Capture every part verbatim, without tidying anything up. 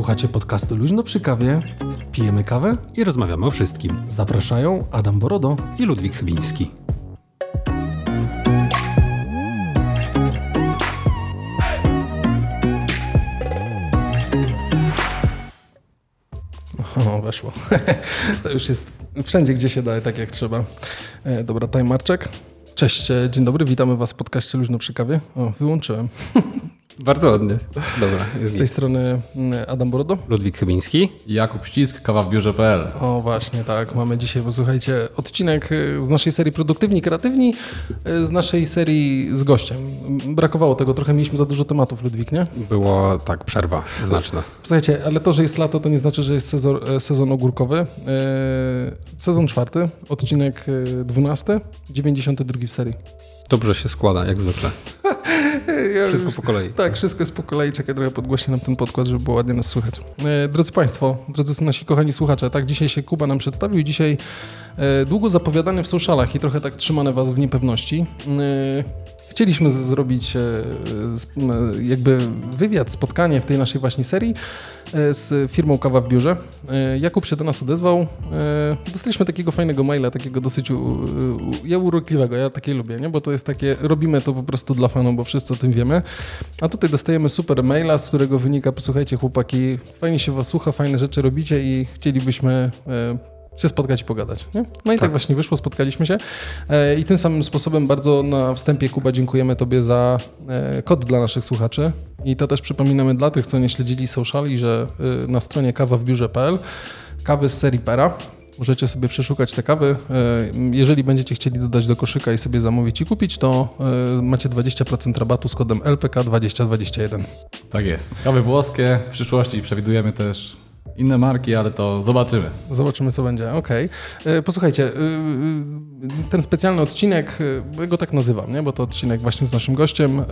Słuchacie podcastu Luźno przy kawie, pijemy kawę i rozmawiamy o wszystkim. Zapraszają Adam Borodo i Ludwik Chybiński. O, weszło. To już jest wszędzie, gdzie się da, tak jak trzeba. E, dobra, timerczek. Cześć, dzień dobry, witamy Was w podcaście Luźno przy kawie. O, wyłączyłem. Bardzo ładnie. Dobra. Z tej strony Adam Borodo. Ludwik Chybiński. Jakub Ścisk, kawa w biurze kropka pe el. O właśnie, tak. Mamy dzisiaj, posłuchajcie, odcinek z naszej serii Produktywni, Kreatywni, z naszej serii z gościem. Brakowało tego, trochę mieliśmy za dużo tematów, Ludwik, nie? Było tak, przerwa znaczna. Słuchajcie, ale to, że jest lato, to nie znaczy, że jest sezon, sezon ogórkowy. Sezon czwarty, odcinek dwunasty, dziewięćdziesiąty drugi w serii. Dobrze się składa, jak zwykle. Ja wszystko już, po kolei. Tak, wszystko jest po kolei. Czekaj, trochę podgłośnię nam ten podkład, żeby było ładnie nas słychać. E, drodzy Państwo, drodzy nasi kochani słuchacze, tak, dzisiaj się Kuba nam przedstawił i dzisiaj e, długo zapowiadany w socialach i trochę tak trzymane Was w niepewności. E, Chcieliśmy z- zrobić e, z, e, jakby wywiad, spotkanie w tej naszej właśnie serii e, z firmą Kawa w biurze. E, Jakub się do nas odezwał. E, dostaliśmy takiego fajnego maila, takiego dosyć u, u, ja urokliwego, ja takie lubię, nie? Bo to jest takie, robimy to po prostu dla fanów, bo wszyscy o tym wiemy. A tutaj dostajemy super maila, z którego wynika, posłuchajcie chłopaki, fajnie się Was słucha, fajne rzeczy robicie i chcielibyśmy e, się spotkać i pogadać. Nie? No i tak. tak właśnie wyszło, spotkaliśmy się e, i tym samym sposobem bardzo na wstępie, Kuba, dziękujemy Tobie za e, kod dla naszych słuchaczy i to też przypominamy dla tych, co nie śledzili sociali, że e, na stronie kawa w biurze kropka pe el kawy z serii Pera. Możecie sobie przeszukać te kawy. E, jeżeli będziecie chcieli dodać do koszyka i sobie zamówić i kupić, to e, macie dwadzieścia procent rabatu z kodem L P K dwadzieścia dwadzieścia jeden. Tak jest. Kawy włoskie, w przyszłości przewidujemy też inne marki, ale to zobaczymy. Zobaczymy, co będzie. Okej. Okay. Posłuchajcie, ten specjalny odcinek, ja go tak nazywam, nie? Bo to odcinek właśnie z naszym gościem,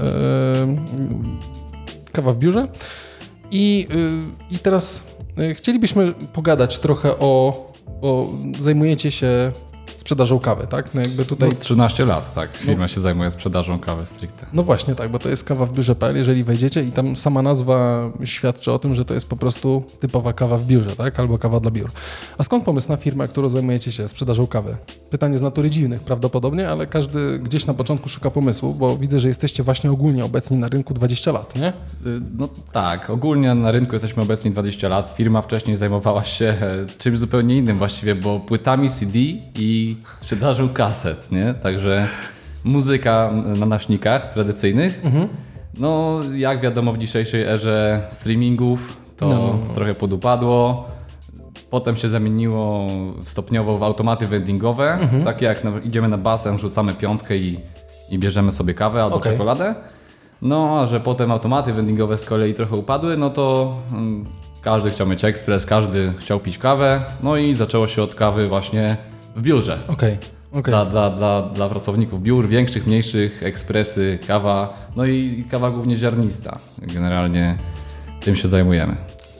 Kawa w biurze. I, i teraz chcielibyśmy pogadać trochę o, bo zajmujecie się sprzedażą kawy, tak? No jakby tutaj... No z trzynaście lat, tak. Firma no. się zajmuje sprzedażą kawy stricte. No właśnie tak, bo to jest kawa w biurze kropka pe el, jeżeli wejdziecie i tam sama nazwa świadczy o tym, że to jest po prostu typowa kawa w biurze, tak? Albo kawa dla biur. A skąd pomysł na firmę, którą zajmujecie się sprzedażą kawy? Pytanie z natury dziwnych prawdopodobnie, ale każdy gdzieś na początku szuka pomysłu, bo widzę, że jesteście właśnie ogólnie obecni na rynku dwadzieścia lat, nie? No tak, ogólnie na rynku jesteśmy obecni dwadzieścia lat. Firma wcześniej zajmowała się czymś zupełnie innym właściwie, bo płytami C D i sprzedażą kaset, nie? Także muzyka na naśnikach tradycyjnych. Mhm. No jak wiadomo w dzisiejszej erze streamingów to no. trochę podupadło. Potem się zamieniło stopniowo w automaty vendingowe. Mhm. Takie jak na, idziemy na basen, rzucamy piątkę i, i bierzemy sobie kawę albo okay. czekoladę. No a że potem automaty vendingowe z kolei trochę upadły, no to hmm, każdy chciał mieć ekspres, każdy chciał pić kawę. No i zaczęło się od kawy właśnie w biurze. Okay. Okay. Dla, dla, dla, dla pracowników biur, większych, mniejszych, ekspresy, kawa, no i kawa głównie ziarnista. Generalnie tym się zajmujemy.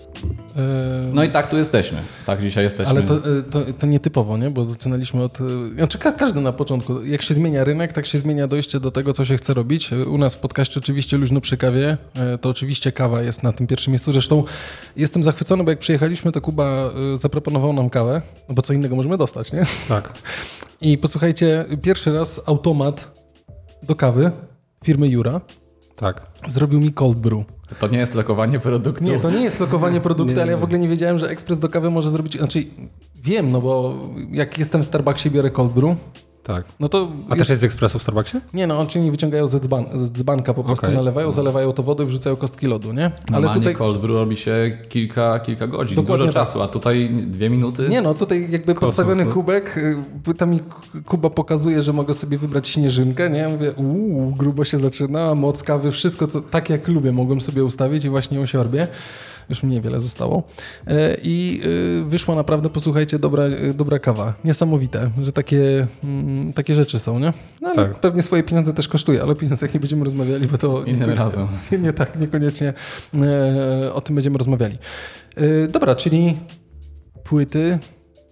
No i tak tu jesteśmy. Tak dzisiaj jesteśmy. Ale to, to, to nietypowo, nie? Bo zaczynaliśmy od... Znaczy każdy na początku. Jak się zmienia rynek, tak się zmienia dojście do tego, co się chce robić. U nas w podcaście oczywiście Luźno przy kawie. To oczywiście kawa jest na tym pierwszym miejscu. Zresztą jestem zachwycony, bo jak przyjechaliśmy, to Kuba zaproponował nam kawę. No bo co innego możemy dostać, nie? Tak. I posłuchajcie, pierwszy raz automat do kawy firmy Jura. Tak. Zrobił mi cold brew. To nie jest lokowanie produktu. Nie, to nie jest lokowanie produktu, nie, ale ja w ogóle nie wiedziałem, że ekspres do kawy może zrobić... Znaczy, wiem, no bo jak jestem w Starbucksie, biorę cold brew. Tak. No to A jest... też jest z ekspresu w Starbucksie? Nie, no oni wyciągają z dzban, z dzbanka, po prostu okay. nalewają, zalewają to wodę i wrzucają kostki lodu, nie? Ale Normalnie tutaj cold brew robi się kilka, kilka godzin, Dokładnie dużo tak. czasu, a tutaj dwie minuty. Nie no, tutaj jakby Kosmos, podstawiony no. kubek, tam mi Kuba pokazuje, że mogę sobie wybrać śnieżynkę, nie? Mówię, uuu, grubo się zaczyna, moc kawy, wszystko co, tak jak lubię, mogłem sobie ustawić i właśnie ją siorbię. Już mi niewiele zostało. I wyszła naprawdę, posłuchajcie, dobra, dobra kawa. Niesamowite, że takie, takie rzeczy są, nie? No, ale tak. Pewnie swoje pieniądze też kosztuje, ale o pieniądzach nie będziemy rozmawiali, bo to... Innym razem. Nie, nie tak, niekoniecznie o tym będziemy rozmawiali. Dobra, czyli płyty,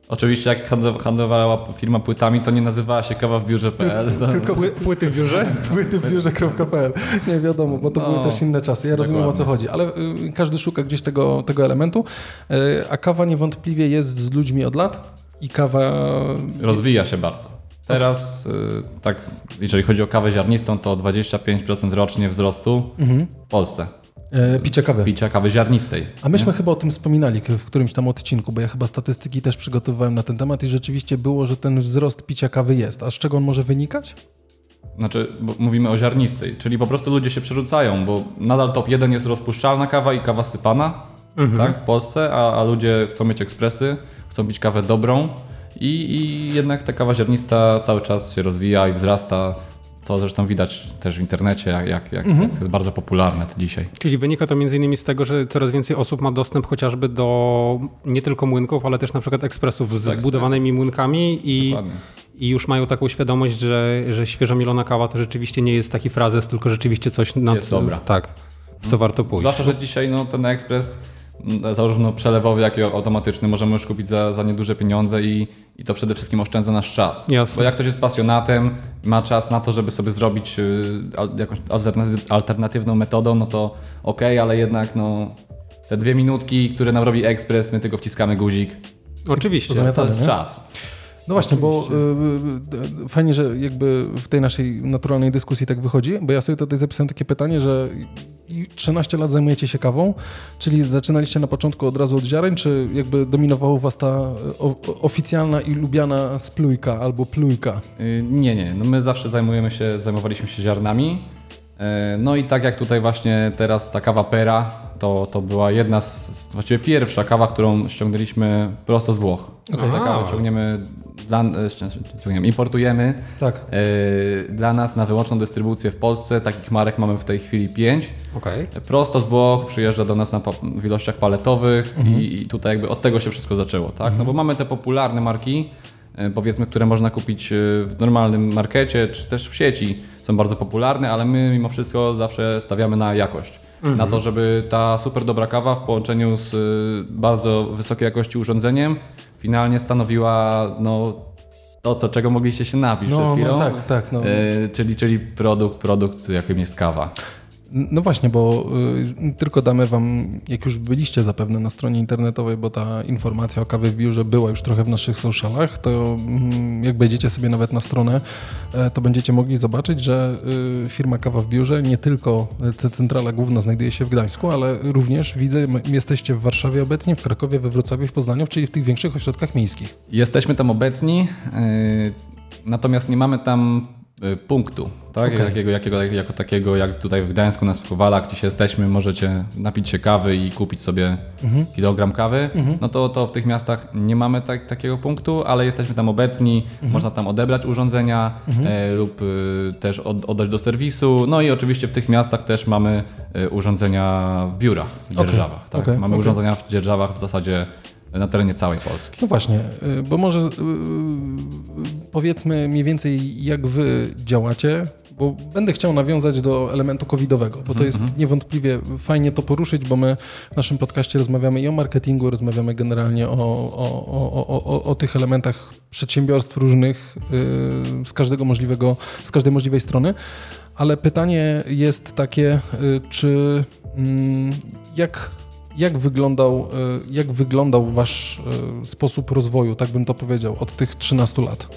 Oczywiście jak handlowała firma płytami, to nie nazywała się kawa w biurze kropka p l. To... Tylko płyty w biurze? Płyty w biurze kropka p l. Nie wiadomo, bo to no, były też inne czasy. Ja rozumiem, dokładnie. O co chodzi, ale y, każdy szuka gdzieś tego, tego elementu, y, a kawa niewątpliwie jest z ludźmi od lat i kawa... Rozwija się bardzo. Teraz, y, tak, jeżeli chodzi o kawę ziarnistą, to dwadzieścia pięć procent rocznie wzrostu mhm. w Polsce. E, picia kawy. Picia kawy ziarnistej. A myśmy nie? chyba o tym wspominali w którymś tam odcinku, bo ja chyba statystyki też przygotowywałem na ten temat i rzeczywiście było, że ten wzrost picia kawy jest. A z czego on może wynikać? Znaczy, bo mówimy o ziarnistej, czyli po prostu ludzie się przerzucają, bo nadal top jeden jest rozpuszczalna kawa i kawa sypana mhm. tak, w Polsce, a, a ludzie chcą mieć ekspresy, chcą pić kawę dobrą i, i jednak ta kawa ziarnista cały czas się rozwija i wzrasta. To zresztą widać też w internecie, jak, jak, jak mhm. to jest bardzo popularne to dzisiaj. Czyli wynika to między innymi z tego, że coraz więcej osób ma dostęp chociażby do nie tylko młynków, ale też na przykład ekspresów z wbudowanymi młynkami i, i już mają taką świadomość, że, że świeżo mielona kawa to rzeczywiście nie jest taki frazes, tylko rzeczywiście coś na jest co, dobra. Tak, w co warto pójść. Zwłaszcza, że dzisiaj no, ten ekspres zarówno przelewowy, jak i automatyczny możemy już kupić za, za nieduże pieniądze i, i to przede wszystkim oszczędza nasz czas. Jasne. Bo jak ktoś jest pasjonatem, ma czas na to, żeby sobie zrobić y, jakąś alternatywną metodą, no to okej, okay, ale jednak no, te dwie minutki, które nam robi ekspres, my tylko wciskamy guzik. Oczywiście. To, to jest czas. No właśnie, bo y, y, fajnie, że jakby w tej naszej naturalnej dyskusji tak wychodzi, bo ja sobie tutaj zapisałem takie pytanie, że trzynaście lat zajmujecie się kawą, czyli zaczynaliście na początku od razu od ziaren, czy jakby dominowała was ta o, oficjalna i lubiana splójka albo plójka? Yy, nie, nie. No my zawsze zajmujemy się, zajmowaliśmy się ziarnami. Yy, no i tak jak tutaj właśnie teraz ta kawa Pera, to, to była jedna z, właściwie pierwsza kawa, którą ściągnęliśmy prosto z Włoch. Okay. Tę kawę ciągniemy, dla, ciągniemy, importujemy. Tak. Yy, dla nas na wyłączną dystrybucję w Polsce. Takich marek mamy w tej chwili pięć. Okay. Prosto z Włoch, przyjeżdża do nas na pa- w ilościach paletowych mhm. i, i tutaj jakby od tego się wszystko zaczęło, tak? Mhm. No bo mamy te popularne marki, yy, powiedzmy, które można kupić w normalnym markecie, czy też w sieci. Są bardzo popularne, ale my mimo wszystko zawsze stawiamy na jakość. Mhm. Na to, żeby ta super dobra kawa w połączeniu z bardzo wysokiej jakości urządzeniem finalnie stanowiła no, to, co, czego mogliście się napić no, przed chwilą. No, tak, tak. No. Yy, czyli, czyli produkt, produkt, jakim jest kawa. No właśnie, bo y, tylko damy wam, jak już byliście zapewne na stronie internetowej, bo ta informacja o kawie w biurze była już trochę w naszych socialach, to y, jak będziecie sobie nawet na stronę, y, to będziecie mogli zobaczyć, że y, firma Kawa w biurze, nie tylko centrala główna znajduje się w Gdańsku, ale również widzę, jesteście w Warszawie obecnie, w Krakowie, we Wrocławiu, w Poznaniu, czyli w tych większych ośrodkach miejskich. Jesteśmy tam obecni, yy, natomiast nie mamy tam punktu, tak? Okay. Jakiego, jakiego, jako takiego, jak tutaj w Gdańsku, na Kowalach, gdzieś jesteśmy, możecie napić się kawy i kupić sobie mm-hmm. kilogram kawy, mm-hmm. no to, to w tych miastach nie mamy tak, takiego punktu, ale jesteśmy tam obecni, mm-hmm. można tam odebrać urządzenia mm-hmm. e, lub e, też od, oddać do serwisu, no i oczywiście w tych miastach też mamy e, urządzenia w biurach, w dzierżawach, okay. tak? Okay. Mamy okay. urządzenia w dzierżawach w zasadzie na terenie całej Polski. No właśnie, bo może yy, powiedzmy mniej więcej jak wy działacie, bo będę chciał nawiązać do elementu covidowego, bo to jest mm-hmm. niewątpliwie fajnie to poruszyć, bo my w naszym podcaście rozmawiamy i o marketingu, rozmawiamy generalnie o, o, o, o, o, o tych elementach przedsiębiorstw różnych yy, z każdego możliwego, z każdej możliwej strony, ale pytanie jest takie, yy, czy yy, jak Jak wyglądał, jak wyglądał wasz sposób rozwoju, tak bym to powiedział, od tych trzynastu lat?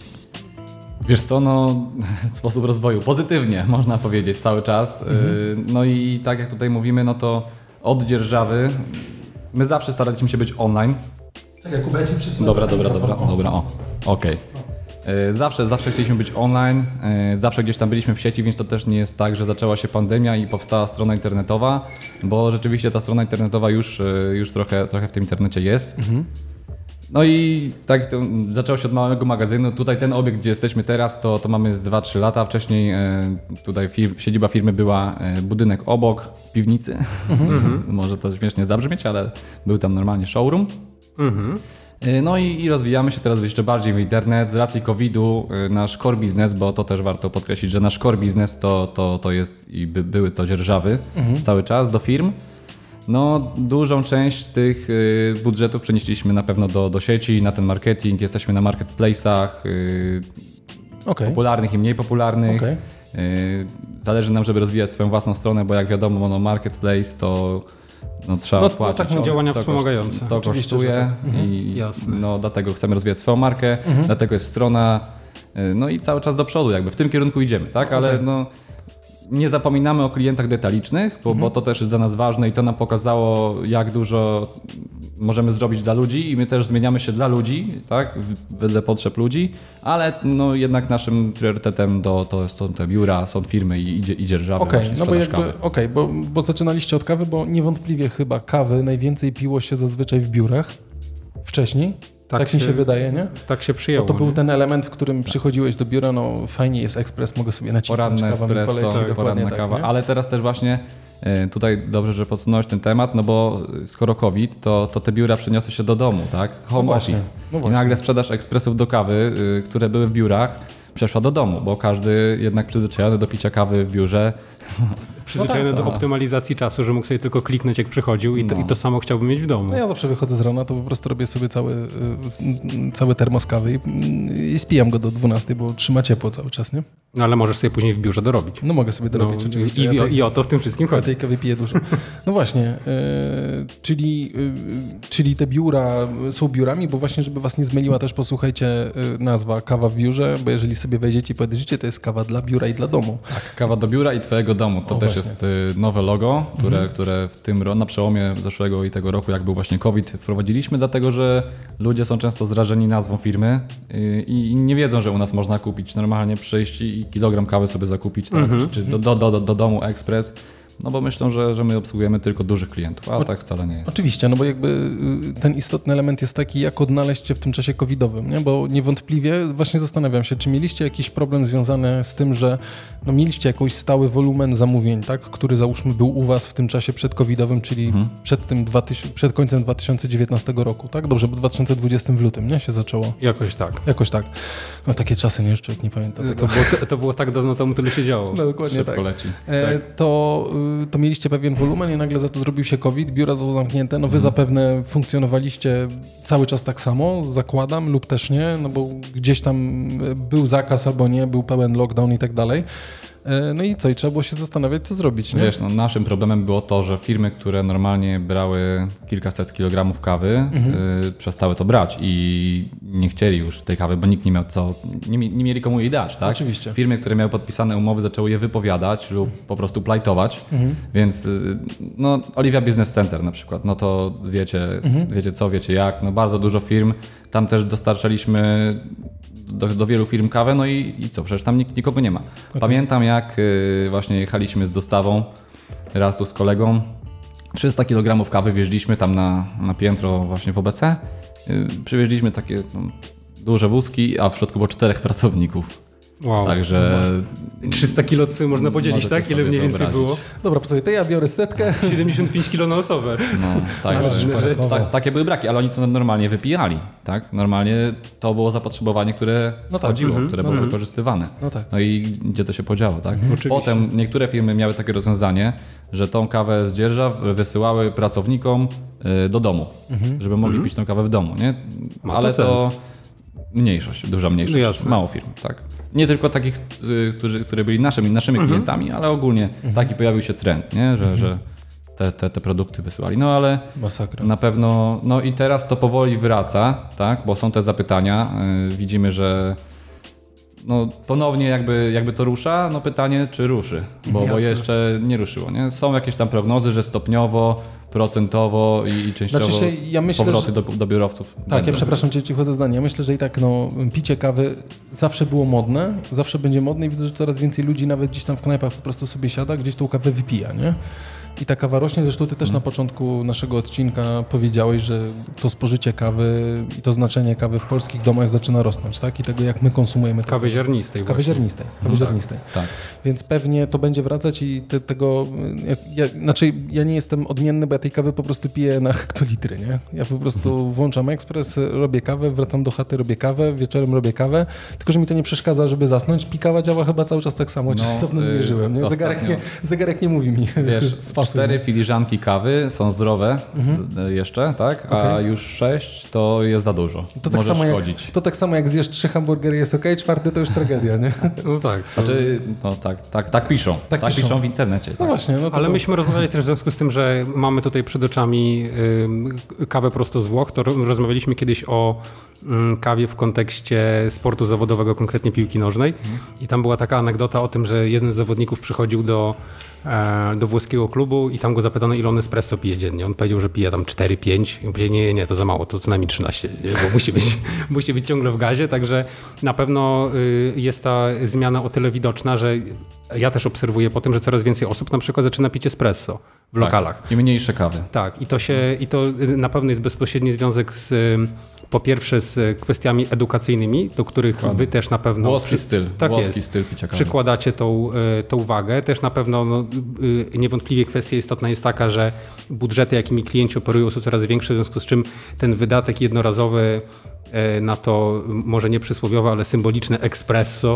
Wiesz co, no sposób rozwoju pozytywnie można powiedzieć cały czas. Mhm. No i tak jak tutaj mówimy, no to od dzierżawy my zawsze staraliśmy się być online. Tak, jak ja ci przysunę. Dobra, dobra, dobra, dobra, o, okej. Okay. Zawsze, zawsze chcieliśmy być online, zawsze gdzieś tam byliśmy w sieci, więc to też nie jest tak, że zaczęła się pandemia i powstała strona internetowa, bo rzeczywiście ta strona internetowa już, już trochę, trochę w tym internecie jest. Mhm. No i tak to zaczęło się od małego magazynu. Tutaj ten obiekt, gdzie jesteśmy teraz, to, to mamy z dwa trzy lata. Wcześniej tutaj firm, siedziba firmy była budynek obok, w piwnicy. Mhm. Może to śmiesznie zabrzmieć, ale był tam normalnie showroom. Mhm. No i, i rozwijamy się teraz jeszcze bardziej w internet. Z racji kowida nasz core business, bo to też warto podkreślić, że nasz core business to, to, to jest i by, były to dzierżawy mhm. cały czas do firm. No, dużą część tych y, budżetów przenieśliśmy na pewno do, do sieci, na ten marketing. Jesteśmy na marketplace'ach y, okay. popularnych i mniej popularnych. Okay. Y, zależy nam, żeby rozwijać swoją własną stronę, bo jak wiadomo, no, marketplace to no, trzeba no, płacić. No, tak, działania to wspomagające. To kosztuje tak. i Jasne. No, dlatego chcemy rozwijać swoją markę, mhm. dlatego jest strona. Y, no i cały czas do przodu, jakby w tym kierunku idziemy, tak? Okay. Ale no. Nie zapominamy o klientach detalicznych, bo, mhm. bo to też jest dla nas ważne i to nam pokazało, jak dużo możemy zrobić dla ludzi i my też zmieniamy się dla ludzi, tak, wedle potrzeb ludzi, ale no jednak naszym priorytetem to, to są te biura, są firmy i idzie, i dzierżawy. Okej, okay, no bo jakby, okej, okay, bo, bo zaczynaliście od kawy, bo niewątpliwie chyba kawy najwięcej piło się zazwyczaj w biurach wcześniej. Tak, tak się, mi się wydaje, nie? Tak się przyjęło. Bo to był nie? ten element, w którym przychodziłeś do biura, no fajnie jest ekspres, mogę sobie nacisnąć poranne kawę, espresso, poleci, poranna tak, kawa, nie? ale teraz też właśnie tutaj dobrze, że podsunąłeś ten temat, no bo skoro COVID, to, to te biura przeniosły się do domu, tak? Home no office. No I nagle sprzedaż ekspresów do kawy, które były w biurach, przeszła do domu, bo każdy jednak przyzwyczajony do picia kawy w biurze. Przyzwyczajony no tak, do optymalizacji czasu, że mógł sobie tylko kliknąć jak przychodził i to, no. i to samo chciałbym mieć w domu. No ja zawsze wychodzę z rana, to po prostu robię sobie cały, cały termos kawy i, i spijam go do dwunastej, bo trzyma ciepło cały czas, nie? No ale możesz sobie później w biurze dorobić. No mogę sobie dorobić, no, oczywiście. I, ja i, tej, I o to w tym wszystkim chodzi. Ja tej kawy piję dużo. No właśnie, e, czyli, e, czyli te biura są biurami, bo właśnie, żeby was nie zmyliła też posłuchajcie e, nazwa kawa w biurze, bo jeżeli sobie wejdziecie i podejrzycie, to jest kawa dla biura i dla domu. Tak, kawa do biura i twojego domu. To o, też właśnie. Jest nowe logo, które, mhm. które w tym na przełomie zeszłego i tego roku, jak był właśnie COVID, wprowadziliśmy, dlatego że ludzie są często zrażeni nazwą firmy i, i nie wiedzą, że u nas można kupić normalnie przyjść i kilogram kawy sobie zakupić, tak? mhm. czy do, do, do, do domu ekspres. No bo myślą, że, że my obsługujemy tylko dużych klientów, a o, tak wcale nie jest. Oczywiście, no bo jakby ten istotny element jest taki, jak odnaleźć się w tym czasie covidowym, nie? Bo niewątpliwie właśnie zastanawiam się, czy mieliście jakiś problem związany z tym, że no mieliście jakiś stały wolumen zamówień, tak? Który załóżmy był u was w tym czasie przed covidowym, czyli mhm. przed, tym dwa tysiące, przed końcem dwa tysiące dziewiętnastego roku, tak? Dobrze, bo dwa tysiące dwudziestym w lutym, nie? Się zaczęło. Jakoś tak. Jakoś tak. No takie czasy, nie? Już człowiek nie pamięta. To, to, było, to, to było tak dawno temu, tyle się działo. No dokładnie Szybko tak. leci. E, tak. To to mieliście pewien wolumen i nagle za to zrobił się COVID, biura są zamknięte, no wy hmm. zapewne funkcjonowaliście cały czas tak samo, zakładam, lub też nie, no bo gdzieś tam był zakaz albo nie, był pełen lockdown i tak dalej. No i co? I trzeba było się zastanawiać, co zrobić, nie? Wiesz, no, naszym problemem było to, że firmy, które normalnie brały kilkaset kilogramów kawy, mhm. y, przestały to brać i nie chcieli już tej kawy, bo nikt nie miał co, nie, nie mieli komu jej dać, tak? Oczywiście. Firmy, które miały podpisane umowy, zaczęły je wypowiadać lub po prostu plajtować, mhm. więc y, no Oliwia Business Center na przykład, no to wiecie, mhm. wiecie co, wiecie jak, no bardzo dużo firm, tam też dostarczaliśmy Do, do wielu firm kawę, no i, i co, przecież tam nikt, nikogo nie ma. Okay. Pamiętam jak y, właśnie jechaliśmy z dostawą raz tu z kolegą, trzysta kilogramów kawy wieźliśmy tam na, na piętro właśnie w O B C, y, przywieźliśmy takie no, duże wózki, a w środku było czterech pracowników. Wow. Także trzysta kilo co można podzielić, tak? Ile mniej więcej było? Dobra, posłuchaj, to ja biorę setkę. siedemdziesiąt pięć kilo na osobę. No, tak, ale że, że, tak, takie były braki, ale oni to normalnie wypijali, tak? Normalnie to było zapotrzebowanie, które no schodziło, tak, które no było tak. wykorzystywane. No, tak. no i gdzie to się podziało, tak? Mhm. Potem niektóre firmy miały takie rozwiązanie, że tą kawę z dzierżaw wysyłały pracownikom do domu, mhm. żeby mogli mhm. pić tą kawę w domu, nie? Ale to, to mniejszość, duża mniejszość, no mało firm, tak? Nie tylko takich, którzy, które byli naszymi, naszymi mhm. klientami, ale ogólnie mhm. taki pojawił się trend, nie? Że, mhm. że te, te, te produkty wysyłali. No ale Masakra. Na pewno, no i teraz to powoli wraca, tak? Bo są te zapytania. Yy, widzimy, że no ponownie jakby, jakby to rusza, no pytanie, czy ruszy, bo, bo jeszcze nie ruszyło, nie? Są jakieś tam prognozy, że stopniowo, procentowo i, i częściowo znaczy się, ja myślę, powroty że... do, do biurowców. Tak, będą. Ja przepraszam cię, ci wchodzę zdanie. Ja myślę, że i tak no, picie kawy zawsze było modne, zawsze będzie modne i widzę, że coraz więcej ludzi nawet gdzieś tam w knajpach po prostu sobie siada, gdzieś tą kawę wypija, nie? I ta kawa rośnie. Zresztą ty też hmm. na początku naszego odcinka powiedziałeś, że to spożycie kawy i to znaczenie kawy w polskich domach zaczyna rosnąć, tak? I tego, jak my konsumujemy kawy kawę. ziarnistej. Kawy ziarnistej. Kawy hmm. ziarnistej. Tak. Więc pewnie to będzie wracać i te, tego... Ja, ja, znaczy, ja nie jestem odmienny, bo ja tej kawy po prostu piję na hektolitry, nie? Ja po prostu włączam ekspres, robię kawę, wracam do chaty, robię kawę, wieczorem robię kawę, tylko że mi to nie przeszkadza, żeby zasnąć. Pikawa działa chyba cały czas tak samo, chociaż no, dawno nie wierzyłem. Nie? Zegarek, nie, zegarek nie mówi mi. Wiesz, cztery filiżanki kawy są zdrowe mhm. jeszcze, tak? A okay. już sześć to jest za dużo. To może tak szkodzić. Jak, to tak samo jak zjesz trzy hamburgery jest okej, okay, czwarty to już tragedia, nie? No tak. To... Znaczy, no tak, tak, tak piszą. Tak, tak piszą. piszą w internecie. No tak. właśnie. No to Ale to... myśmy rozmawiali też w związku z tym, że mamy tutaj przed oczami y, kawę prosto z Włoch, to rozmawialiśmy kiedyś o y, kawie w kontekście sportu zawodowego, konkretnie piłki nożnej mhm. i tam była taka anegdota o tym, że jeden z zawodników przychodził do do włoskiego klubu i tam go zapytano, ile on espresso pije dziennie. On powiedział, że pije tam cztery pięć. I on powiedział, nie, nie, nie, to za mało, to co najmniej trzynaście, nie? Bo musi być, musi być ciągle w gazie, także na pewno jest ta zmiana o tyle widoczna, że ja też obserwuję po tym, że coraz więcej osób na przykład zaczyna pić espresso w tak, lokalach. I mniejsze kawy. Tak, i to się, i to na pewno jest bezpośredni związek z, po pierwsze z kwestiami edukacyjnymi, do których Dokładnie. wy też na pewno... Włoski styl, tak włoski jest, styl picia kawy. Przykładacie tą, tą uwagę. Też na pewno no, niewątpliwie kwestia istotna jest taka, że budżety, jakimi klienci operują, są coraz większe, w związku z czym ten wydatek jednorazowy na to może nie przysłowiowe, ale symboliczne espresso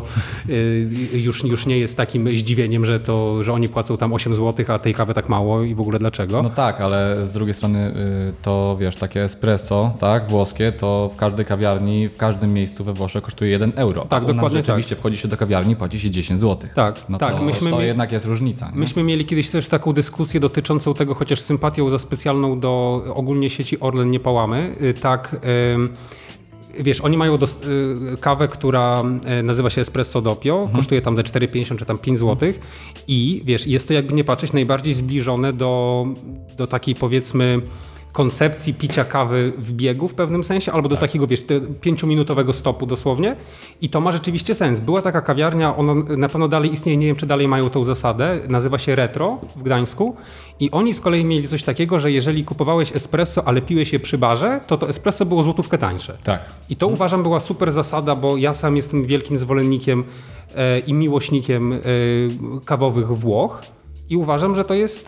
już, już nie jest takim zdziwieniem, że, to, że oni płacą tam osiem złotych, a tej kawy tak mało i w ogóle dlaczego? No tak, ale z drugiej strony to wiesz, takie espresso, tak, włoskie, to w każdej kawiarni, w każdym miejscu we Włoszech kosztuje jeden euro. Tak, a dokładnie rzeczywiście tak. wchodzi się do kawiarni, płaci się dziesięć złotych. Tak, no tak. To, myśmy to mieli, jednak jest różnica. Nie? Myśmy mieli kiedyś też taką dyskusję dotyczącą tego, chociaż sympatią za specjalną do ogólnie sieci Orlen nie pałamy, tak... Ym, Wiesz, oni mają dost- kawę, która nazywa się Espresso Doppio, mhm. kosztuje tam de cztery pięćdziesiąt czy tam pięć złotych i wiesz, jest to jakby nie patrzeć najbardziej zbliżone do, do takiej powiedzmy koncepcji picia kawy w biegu w pewnym sensie, albo do tak. takiego, wiesz, pięciominutowego stopu dosłownie i to ma rzeczywiście sens. Była taka kawiarnia, ona na pewno dalej istnieje, nie wiem czy dalej mają tą zasadę, nazywa się Retro w Gdańsku i oni z kolei mieli coś takiego, że jeżeli kupowałeś espresso, ale piłeś je przy barze, to to espresso było złotówkę tańsze. Tak. I to hmm. uważam była super zasada, bo ja sam jestem wielkim zwolennikiem e, i miłośnikiem e, kawowych Włoch. I uważam, że to jest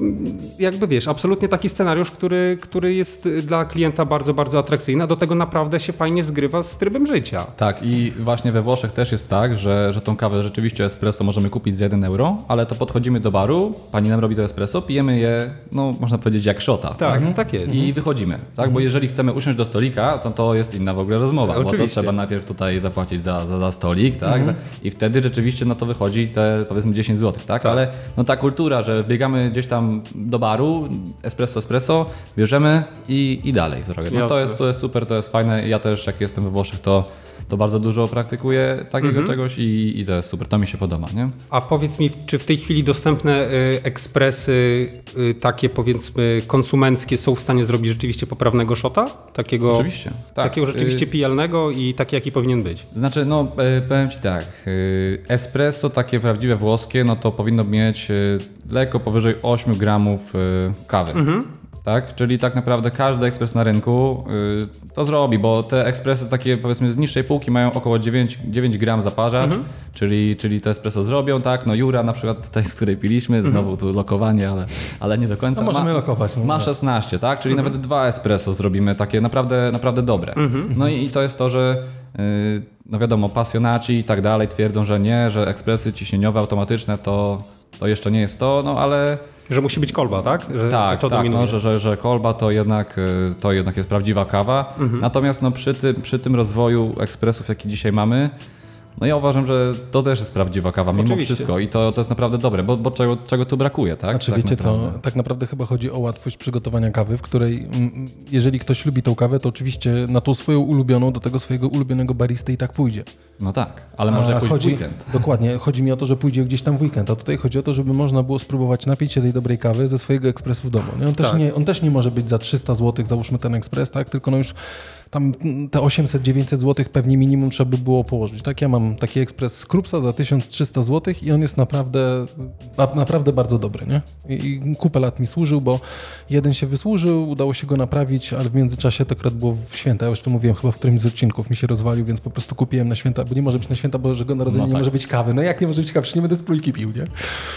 jakby wiesz, absolutnie taki scenariusz, który, który jest dla klienta bardzo, bardzo atrakcyjny, a do tego naprawdę się fajnie zgrywa z trybem życia. Tak i właśnie we Włoszech też jest tak, że, że tą kawę rzeczywiście espresso możemy kupić za jeden euro, ale to podchodzimy do baru, pani nam robi to espresso, pijemy je, no można powiedzieć jak szota. Tak, tak, tak jest. I wychodzimy, tak, mhm. bo jeżeli chcemy usiąść do stolika, to to jest inna w ogóle rozmowa, Oczywiście. bo to trzeba najpierw tutaj zapłacić za, za, za stolik, tak, mhm. i wtedy rzeczywiście no to wychodzi te powiedzmy dziesięć złotych, tak, tak. ale no tak kultura, że biegamy gdzieś tam do baru, espresso, espresso, bierzemy i, i dalej. No to jest, to jest super, to jest fajne. Ja też jak jestem we Włoszech, to, to bardzo dużo praktykuję takiego mm-hmm. czegoś i, i to jest super, to mi się podoba. Nie? A powiedz mi, czy w tej chwili dostępne y, ekspresy y, takie powiedzmy konsumenckie są w stanie zrobić rzeczywiście poprawnego szota? Takiego, Oczywiście. Tak. Takiego rzeczywiście pijalnego i taki jaki powinien być? Znaczy, no powiem Ci tak, espresso takie prawdziwe włoskie, no to powinno mieć lekko powyżej osiem gramów kawy. Mm-hmm. Tak? Czyli tak naprawdę każdy ekspres na rynku yy, to zrobi, bo te ekspresy takie powiedzmy z niższej półki mają około dziewięć, dziewięć gram zaparzacz, mhm. czyli, czyli te espresso zrobią, tak? No Jura na przykład tutaj, z której piliśmy, mhm. znowu tu lokowanie, ale, ale nie do końca. No możemy ma, lokować. No ma szesnaście, tak? Czyli mhm. nawet dwa espresso zrobimy takie naprawdę, naprawdę dobre. Mhm. No i, i to jest to, że yy, no wiadomo, pasjonaci i tak dalej twierdzą, że nie, że ekspresy ciśnieniowe, automatyczne to, to jeszcze nie jest to, no ale... Że musi być kolba, tak? Że tak, to tak no, że, że, że kolba to jednak, to jednak jest prawdziwa kawa. Mhm. Natomiast no, przy, tym, przy tym rozwoju ekspresów, jaki dzisiaj mamy, no ja uważam, że to też jest prawdziwa kawa, mimo Oczywiście. wszystko i to, to jest naprawdę dobre, bo, bo czego, czego tu brakuje, tak? Znaczy tak wiecie naprawdę. co, tak naprawdę chyba chodzi o łatwość przygotowania kawy, w której m, jeżeli ktoś lubi tą kawę, to oczywiście na tą swoją ulubioną, do tego swojego ulubionego baristy i tak pójdzie. No tak, ale może pójść chodzi, w weekend. Dokładnie, chodzi mi o to, że pójdzie gdzieś tam w weekend, a tutaj chodzi o to, żeby można było spróbować napić się tej dobrej kawy ze swojego ekspresu w domu. Nie? On, tak. też nie, on też nie może być za trzysta złotych, załóżmy ten ekspres, tak? Tylko no już tam te osiemset dziewięćset złotych pewnie minimum trzeba by było położyć. Tak? Ja mam taki ekspres z Krupsa za tysiąc trzysta złotych i on jest naprawdę, naprawdę bardzo dobry. Nie? I kupę lat mi służył, bo jeden się wysłużył, udało się go naprawić, ale w międzyczasie to akurat było w święta. Ja już to mówiłem chyba w którymś z odcinków, mi się rozwalił, więc po prostu kupiłem na święta, bo nie może być na święta Bożego Narodzenia, no tak. nie może być kawy. No jak nie może być kawy? Przecież nie będę z plujki pił, nie?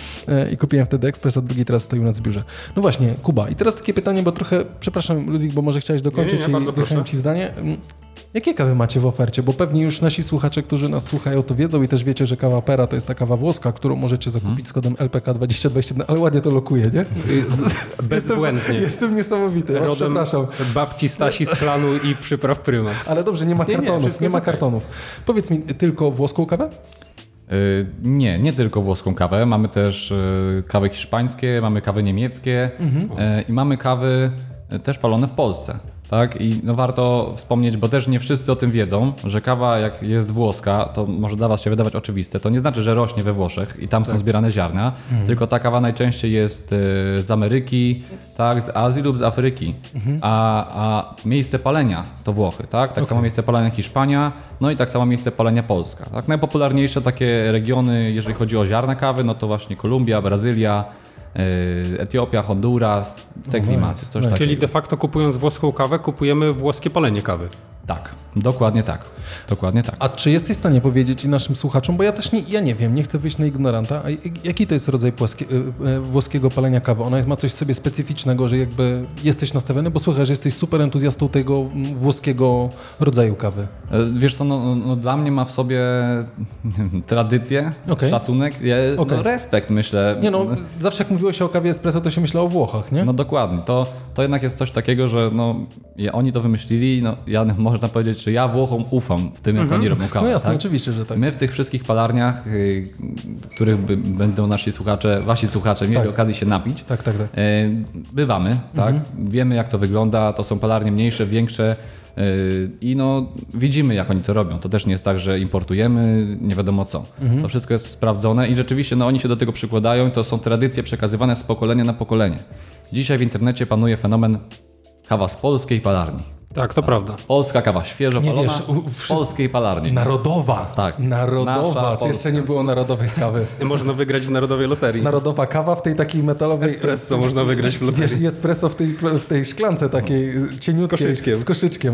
I kupiłem wtedy ekspres, a drugi teraz stoi u nas w biurze. No właśnie, Kuba. I teraz takie pytanie, bo trochę, przepraszam Ludwik, bo może chciałeś dokończyć nie, nie, nie, i wjechałem ci w zdanie. Jakie kawy macie w ofercie? Bo pewnie już nasi słuchacze, którzy nas słuchają, to wiedzą i też wiecie, że kawa Pera to jest ta kawa włoska, którą możecie zakupić hmm. z kodem L P K dwadzieścia dwadzieścia jeden, ale ładnie to lokuje, nie? Bezbłędnie. Jestem, jestem niesamowity, ja przepraszam. Babci Stasi z klanu i przypraw Prymat. Ale dobrze, nie ma kartonów, nie, nie, nie ma kartonów. Powiedz mi, tylko włoską kawę? Yy, nie, nie tylko włoską kawę. Mamy też yy, kawy hiszpańskie, mamy kawy niemieckie mhm. yy, i mamy kawy yy, też palone w Polsce. Tak? I no warto wspomnieć, bo też nie wszyscy o tym wiedzą, że kawa jak jest włoska, to może dla was się wydawać oczywiste, to nie znaczy, że rośnie we Włoszech i tam tak. są zbierane ziarna, mhm. tylko ta kawa najczęściej jest z Ameryki, tak, z Azji lub z Afryki, mhm. a, a miejsce palenia to Włochy, tak, tak okay. samo miejsce palenia Hiszpania, no i tak samo miejsce palenia Polska. Tak? Najpopularniejsze takie regiony, jeżeli chodzi o ziarna kawy, no to właśnie Kolumbia, Brazylia, Etiopia, Honduras, te klimaty. Coś Czyli takiego. De facto kupując włoską kawę, kupujemy włoskie palenie kawy. Tak, dokładnie tak. Dokładnie tak. A czy jesteś w stanie powiedzieć i naszym słuchaczom, bo ja też nie, ja nie wiem, nie chcę wyjść na ignoranta, a jaki to jest rodzaj płaskie, włoskiego palenia kawy? Ona ma coś w sobie specyficznego, że jakby jesteś nastawiony, bo słuchaj, że jesteś super entuzjastą tego włoskiego rodzaju kawy. Wiesz co, no, no dla mnie ma w sobie tradycję, okay. szacunek, ja, okay. no, respekt myślę. Nie no, zawsze jak mówiło się o kawie espresso, to się myślało o Włochach, nie? No dokładnie, to, to jednak jest coś takiego, że no, oni to wymyślili, no, ja można powiedzieć, że ja Włochom ufam w tym, jak mhm. oni robią kawę. No jasne, tak? oczywiście, że tak. My w tych wszystkich palarniach, y, których by, będą nasi słuchacze, wasi słuchacze mieli tak. okazję się napić, tak, tak, tak. Y, bywamy, mhm. tak? Wiemy, jak to wygląda, to są palarnie mniejsze, większe y, i no, widzimy, jak oni to robią. To też nie jest tak, że importujemy nie wiadomo co. Mhm. To wszystko jest sprawdzone i rzeczywiście no, oni się do tego przykładają i to są tradycje przekazywane z pokolenia na pokolenie. Dzisiaj w internecie panuje fenomen kawa z polskiej palarni. Tak, to prawda. Polska kawa, świeżo palona, wiesz, w polskiej palarni. Narodowa. Tak. Narodowa. Czy jeszcze nie było narodowej kawy? Można wygrać w narodowej loterii. Narodowa kawa w tej takiej metalowej... Espresso można wygrać w loterii. Wiesz, espresso w tej, w tej szklance takiej cieniutkiej. Z koszyczkiem. Z koszyczkiem.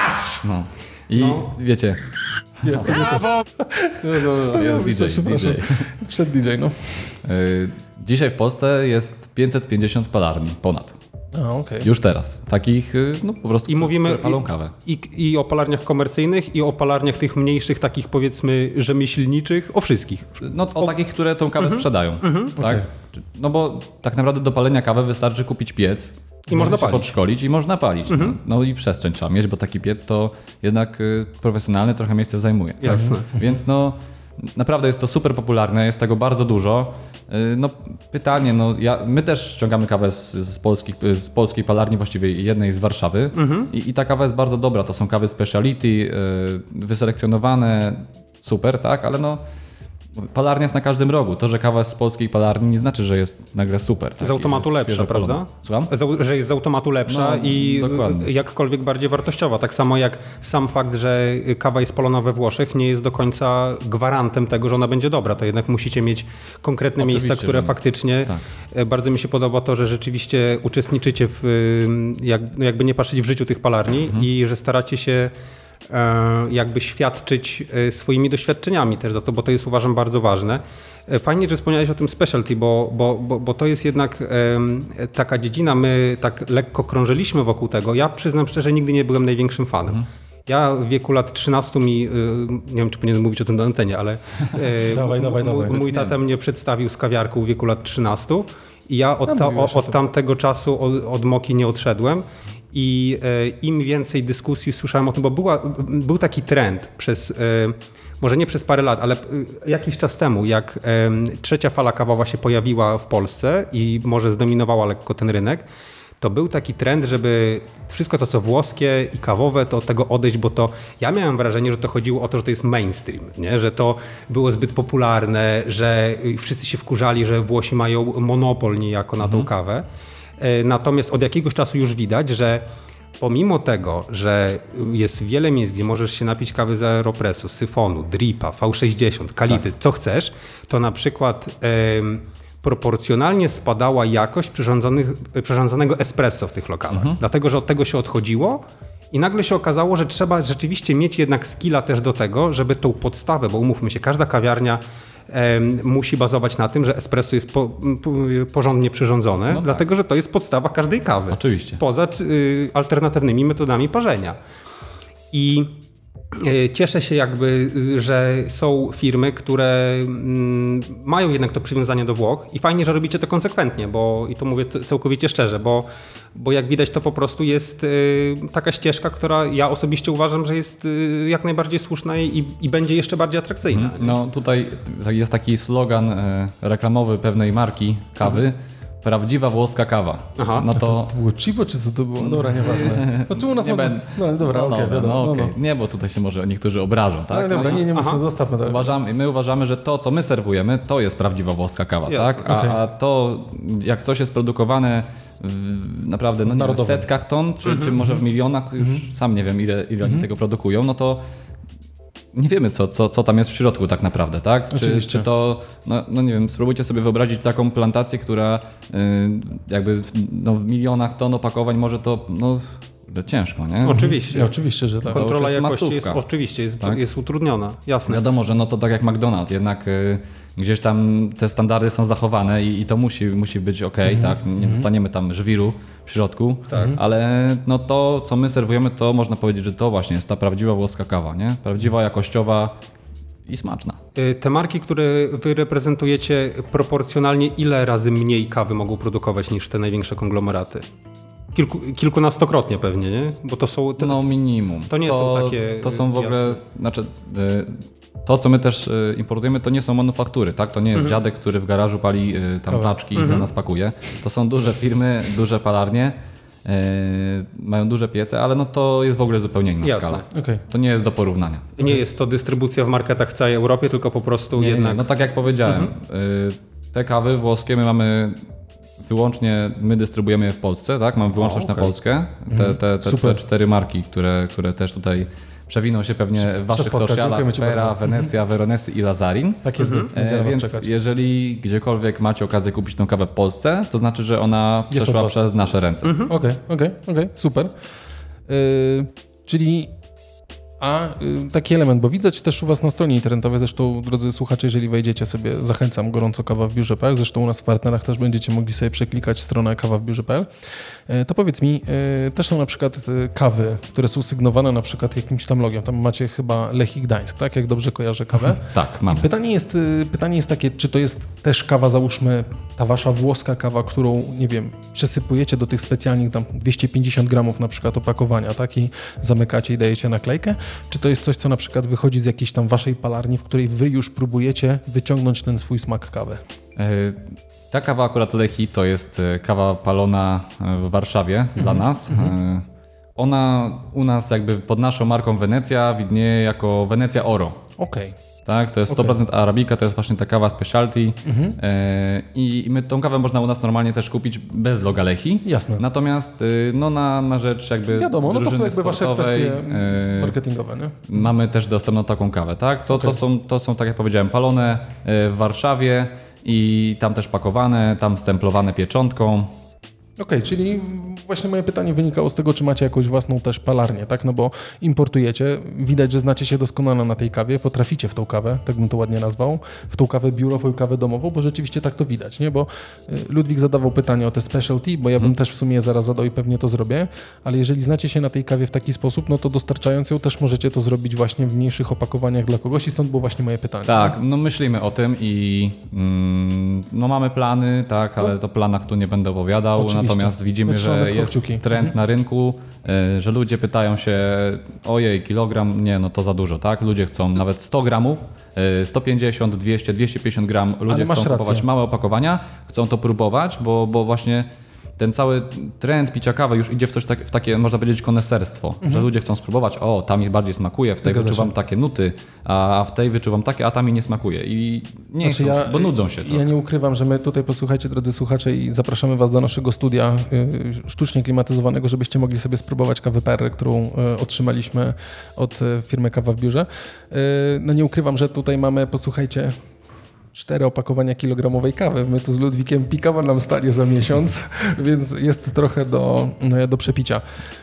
No. I no. wiecie... Nie, brawo! No, no, no, jest D J. D J. Przed D J, no. Yy, dzisiaj w Polsce jest pięćset pięćdziesiąt palarni, ponad. A, okay. Już teraz. Takich, no po prostu, I mówimy palą kawę. I, i, I o palarniach komercyjnych, i o palarniach tych mniejszych, takich powiedzmy rzemieślniczych, o wszystkich. No o, o... takich, które tą kawę mm-hmm. sprzedają. Mm-hmm. Tak? Okay. No bo tak naprawdę do palenia kawy wystarczy kupić piec. I można się palić. podszkolić i można palić. Mm-hmm. No. no i przestrzeń trzeba mieć, bo taki piec to jednak y, profesjonalny trochę miejsce zajmuje. Jasne. Tak? Więc no naprawdę jest to super popularne, jest tego bardzo dużo. No pytanie, no ja, my też ściągamy kawę z, z, polskich, z polskiej palarni, właściwie jednej z Warszawy mhm. I, i ta kawa jest bardzo dobra, to są kawy speciality, yy, wyselekcjonowane, super, tak, ale no palarnia jest na każdym rogu. To, że kawa jest z polskiej palarni nie znaczy, że jest nagle super. Tak? Z automatu lepsza, prawda? Słucham? Z, że jest z automatu lepsza no, i dokładnie. jakkolwiek bardziej wartościowa. Tak samo jak sam fakt, że kawa jest polona we Włoszech nie jest do końca gwarantem tego, że ona będzie dobra. To jednak musicie mieć konkretne Oczywiście, miejsca, które faktycznie... Tak. Bardzo mi się podoba to, że rzeczywiście uczestniczycie w, jak, jakby nie patrzeć w życiu tych palarni mhm. i że staracie się jakby świadczyć swoimi doświadczeniami też za to, bo to jest uważam bardzo ważne. Fajnie, że wspomniałeś o tym specialty, bo, bo, bo, bo to jest jednak um, taka dziedzina, my tak lekko krążyliśmy wokół tego. Ja przyznam szczerze, nigdy nie byłem największym fanem. Mhm. Ja w wieku lat trzynastu mi, nie wiem czy powinienem mówić o tym na antenie, ale dawaj, m- dawaj, dawaj. mój tata mnie przedstawił z kawiarką w wieku lat trzynastu i ja od, ta, od, od tamtego czasu od, od Moki nie odszedłem. I e, im więcej dyskusji słyszałem o tym, bo była, był taki trend przez, e, może nie przez parę lat, ale e, jakiś czas temu, jak e, trzecia fala kawowa się pojawiła w Polsce i może zdominowała lekko ten rynek, to był taki trend, żeby wszystko to, co włoskie i kawowe, to od tego odejść, bo to ja miałem wrażenie, że to chodziło o to, że to jest mainstream, nie? Że to było zbyt popularne, że wszyscy się wkurzali, że Włosi mają monopol niejako na mhm. tą kawę. Natomiast od jakiegoś czasu już widać, że pomimo tego, że jest wiele miejsc, gdzie możesz się napić kawy z Aeropressu, Syfonu, Dripa, V sześćdziesiąt, Kality, tak. co chcesz, to na przykład em, proporcjonalnie spadała jakość przyrządzonego espresso w tych lokalach. Mhm. Dlatego, że od tego się odchodziło i nagle się okazało, że trzeba rzeczywiście mieć jednak skilla też do tego, żeby tą podstawę, bo umówmy się, każda kawiarnia musi bazować na tym, że espresso jest po, po, porządnie przyrządzone, no dlatego tak. że to jest podstawa każdej kawy. Oczywiście. Poza y, alternatywnymi metodami parzenia. I cieszę się jakby, że są firmy, które mają jednak to przywiązanie do Włoch i fajnie, że robicie to konsekwentnie, bo i to mówię całkowicie szczerze, bo, bo jak widać to po prostu jest taka ścieżka, która ja osobiście uważam, że jest jak najbardziej słuszna i, i będzie jeszcze bardziej atrakcyjna. No tutaj jest taki slogan reklamowy pewnej marki kawy, prawdziwa włoska kawa. Aha. No to... to było Cibo, czy co to było? Dobra, nieważne. No, u nas nie ma... ben... No dobra, no, okej. Okay, no, no, okay. no, no. Nie, bo tutaj się może niektórzy obrażą, tak? No, dobra, no, nie, nie mówmy, zostawmy to. Uważamy, my uważamy, że to, co my serwujemy, to jest prawdziwa włoska kawa, yes, tak? A, okay. a to, jak coś jest produkowane w, naprawdę no, nie wiem, w setkach ton, czy, mm-hmm. czy może w milionach, już mm-hmm. sam nie wiem, ile, ile oni mm-hmm. tego produkują, no to nie wiemy, co, co, co tam jest w środku tak naprawdę, tak? Czy, czy to, no, no nie wiem, spróbujcie sobie wyobrazić taką plantację, która yy, jakby no, w milionach ton opakowań może to, no ciężko, nie? Oczywiście. Ja, oczywiście, że tak. Kontrola jest jakości jest, oczywiście jest, tak? jest utrudniona, jasne. Wiadomo, że no to tak jak McDonald's, jednak y, gdzieś tam te standardy są zachowane i, i to musi, musi być ok, mm-hmm. tak? Nie dostaniemy tam żwiru w środku, tak. ale no to, co my serwujemy, to można powiedzieć, że to właśnie jest ta prawdziwa włoska kawa, nie? Prawdziwa, jakościowa i smaczna. Te marki, które wy reprezentujecie, proporcjonalnie ile razy mniej kawy mogą produkować niż te największe konglomeraty? Kilku, kilkunastokrotnie pewnie, nie? Bo to są... Te, no minimum. To nie to, są takie... To są w ogóle... Jasne. Znaczy, to, co my też importujemy, to nie są manufaktury, tak? To nie jest mhm. dziadek, który w garażu pali tam paczki mhm. i dla nas pakuje. To są duże firmy, duże palarnie, yy, mają duże piece, ale no to jest w ogóle zupełnie inna Jasne. skala. Okay. To nie jest do porównania. Nie jest to dystrybucja w marketach w całej Europie, tylko po prostu nie, jednak... Nie. No tak jak powiedziałem, mhm. yy, te kawy włoskie my mamy... Wyłącznie my dystrybuujemy je w Polsce, tak? Mam wyłączność o, okay. na Polskę. Te, te, te, te cztery marki, które, które też tutaj przewiną się pewnie w waszych socialach, Pera, Wenecja, Veronese i Lazarin. Tak jest, więc e, Więc czekać. Jeżeli gdziekolwiek macie okazję kupić tą kawę w Polsce, to znaczy, że ona jest przeszła przez nasze ręce. Okej, okej, okay, okay, okay, super. Yy, czyli A y, taki element, bo widać też u was na stronie internetowej, zresztą drodzy słuchacze, jeżeli wejdziecie sobie, zachęcam, gorąco kawa w biurze kropka p l, zresztą u nas w partnerach też będziecie mogli sobie przeklikać stronę kawa w biurze kropka p l, y, to powiedz mi, y, też są na przykład y, kawy, które są sygnowane na przykład jakimś tam logiem, tam macie chyba Lech i Gdańsk, tak? Jak dobrze kojarzę kawę? Tak, mam. Pytanie jest, y, pytanie jest takie, czy to jest też kawa, załóżmy, ta wasza włoska kawa, którą, nie wiem, przesypujecie do tych specjalnych tam dwieście pięćdziesiąt gramów na przykład opakowania, tak? I zamykacie i dajecie naklejkę, czy to jest coś, co na przykład wychodzi z jakiejś tam waszej palarni, w której wy już próbujecie wyciągnąć ten swój smak kawy? Ta kawa akurat Lechi to jest kawa palona w Warszawie mhm. dla nas. Mhm. Ona u nas jakby pod naszą marką Wenecja widnieje jako Wenecja Oro. Okej. Okay. Tak, to jest sto procent okay. Arabika, to jest właśnie ta kawa specialty mhm. e, i my tą kawę można u nas normalnie też kupić bez loga Lechi. Jasne. Natomiast no na, na rzecz jakby wiadomo, no to są jakby wasze kwestie e, marketingowe, nie? Mamy też dostępną taką kawę, tak? To, okay. to, są, to są, tak jak powiedziałem, palone w Warszawie i tam też pakowane, tam stemplowane pieczątką. Okej, okay, czyli właśnie moje pytanie wynikało z tego, czy macie jakąś własną też palarnię, tak? No bo importujecie, widać, że znacie się doskonale na tej kawie, potraficie w tą kawę, tak bym to ładnie nazwał, w tą kawę biurową i kawę domową, bo rzeczywiście tak to widać, nie? Bo Ludwik zadawał pytanie o te specialty, bo ja bym hmm. też w sumie je zaraz zadał i pewnie to zrobię, ale jeżeli znacie się na tej kawie w taki sposób, no to dostarczając ją też możecie to zrobić właśnie w mniejszych opakowaniach dla kogoś i stąd było właśnie moje pytanie. Tak, no myślimy o tym i mm, no mamy plany, tak, ale no. to o planach tu nie będę opowiadał. Oczywiście. Natomiast widzimy, że jest trend mhm. na rynku, że ludzie pytają się, ojej, kilogram, nie, no to za dużo, tak? Ludzie chcą nawet sto gramów, sto pięćdziesiąt, dwieście, dwieście pięćdziesiąt gram, ludzie chcą kupować rację. Małe opakowania, chcą to próbować, bo, bo właśnie ten cały trend picia kawy już idzie w coś tak, w takie, można powiedzieć, koneserstwo, mhm. że ludzie chcą spróbować, o, tam mi bardziej smakuje, w tej Zgadza wyczuwam się. takie nuty, a w tej wyczuwam takie, a tam mi nie smakuje i nie znaczy chcą, ja, bo nudzą się. Ja nie ukrywam, że my tutaj, posłuchajcie, drodzy słuchacze, i zapraszamy was do naszego studia y, sztucznie klimatyzowanego, żebyście mogli sobie spróbować kawy Perry, którą y, otrzymaliśmy od y, firmy Kawa w Biurze. Y, no nie ukrywam, że tutaj mamy, posłuchajcie, cztery opakowania kilogramowej kawy. My tu z Ludwikiem pikawa nam stanie za miesiąc, więc jest trochę do, do przepicia.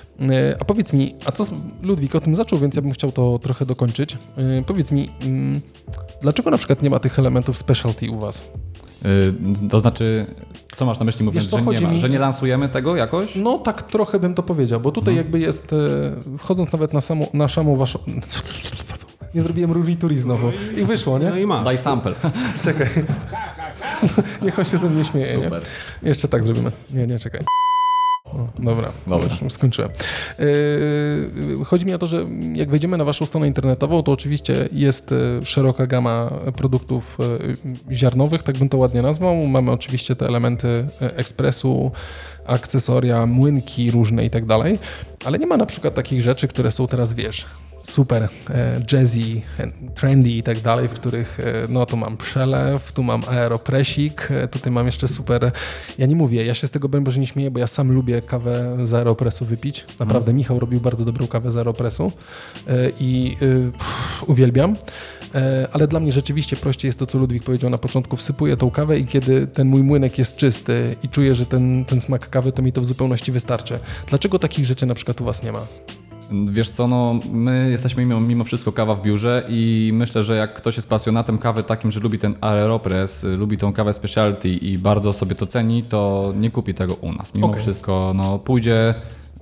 A powiedz mi, a co Ludwik o tym zaczął, więc ja bym chciał to trochę dokończyć. Powiedz mi, dlaczego na przykład nie ma tych elementów specialty u was? Yy, to znaczy, Co masz na myśli mówiąc, Wiesz co, że nie chodzi ma, mi- że nie lansujemy tego jakoś? No tak trochę bym to powiedział, bo tutaj jakby jest, e, wchodząc nawet na samą, na samą waszą... Nie zrobiłem rurituri znowu i wyszło, nie? No i ma. Daj sample. Czekaj. Niech on się ze mnie śmieje, nie? Super. Jeszcze tak zrobimy. Nie, nie, czekaj. O, dobra, Dobra. już skończyłem. Yy, chodzi mi o to, że jak wejdziemy na waszą stronę internetową, to oczywiście jest e, szeroka gama produktów e, ziarnowych, tak bym to ładnie nazwał. Mamy oczywiście te elementy e, ekspresu, akcesoria, młynki różne i tak dalej, ale nie ma na przykład takich rzeczy, które są teraz, wiesz, super e, jazzy, e, trendy i tak dalej, w których e, no tu mam przelew, tu mam aeropresik, e, tutaj mam jeszcze super, ja nie mówię, ja się z tego broń Boże nie śmieję, bo ja sam lubię kawę z aeropresu wypić. Naprawdę, mm. Michał robił bardzo dobrą kawę z aeropresu e, i e, pff, uwielbiam. E, ale dla mnie rzeczywiście prościej jest to, co Ludwik powiedział na początku, wsypuję tą kawę i kiedy ten mój młynek jest czysty i czuję, że ten, ten smak kawy, to mi to w zupełności wystarczy. Dlaczego takich rzeczy na przykład u was nie ma? Wiesz co, no my jesteśmy mimo, mimo wszystko kawa w biurze i myślę, że jak ktoś jest pasjonatem kawy takim, że lubi ten aeropress, lubi tą kawę specialty i bardzo sobie to ceni, to nie kupi tego u nas. Mimo okay. wszystko no, pójdzie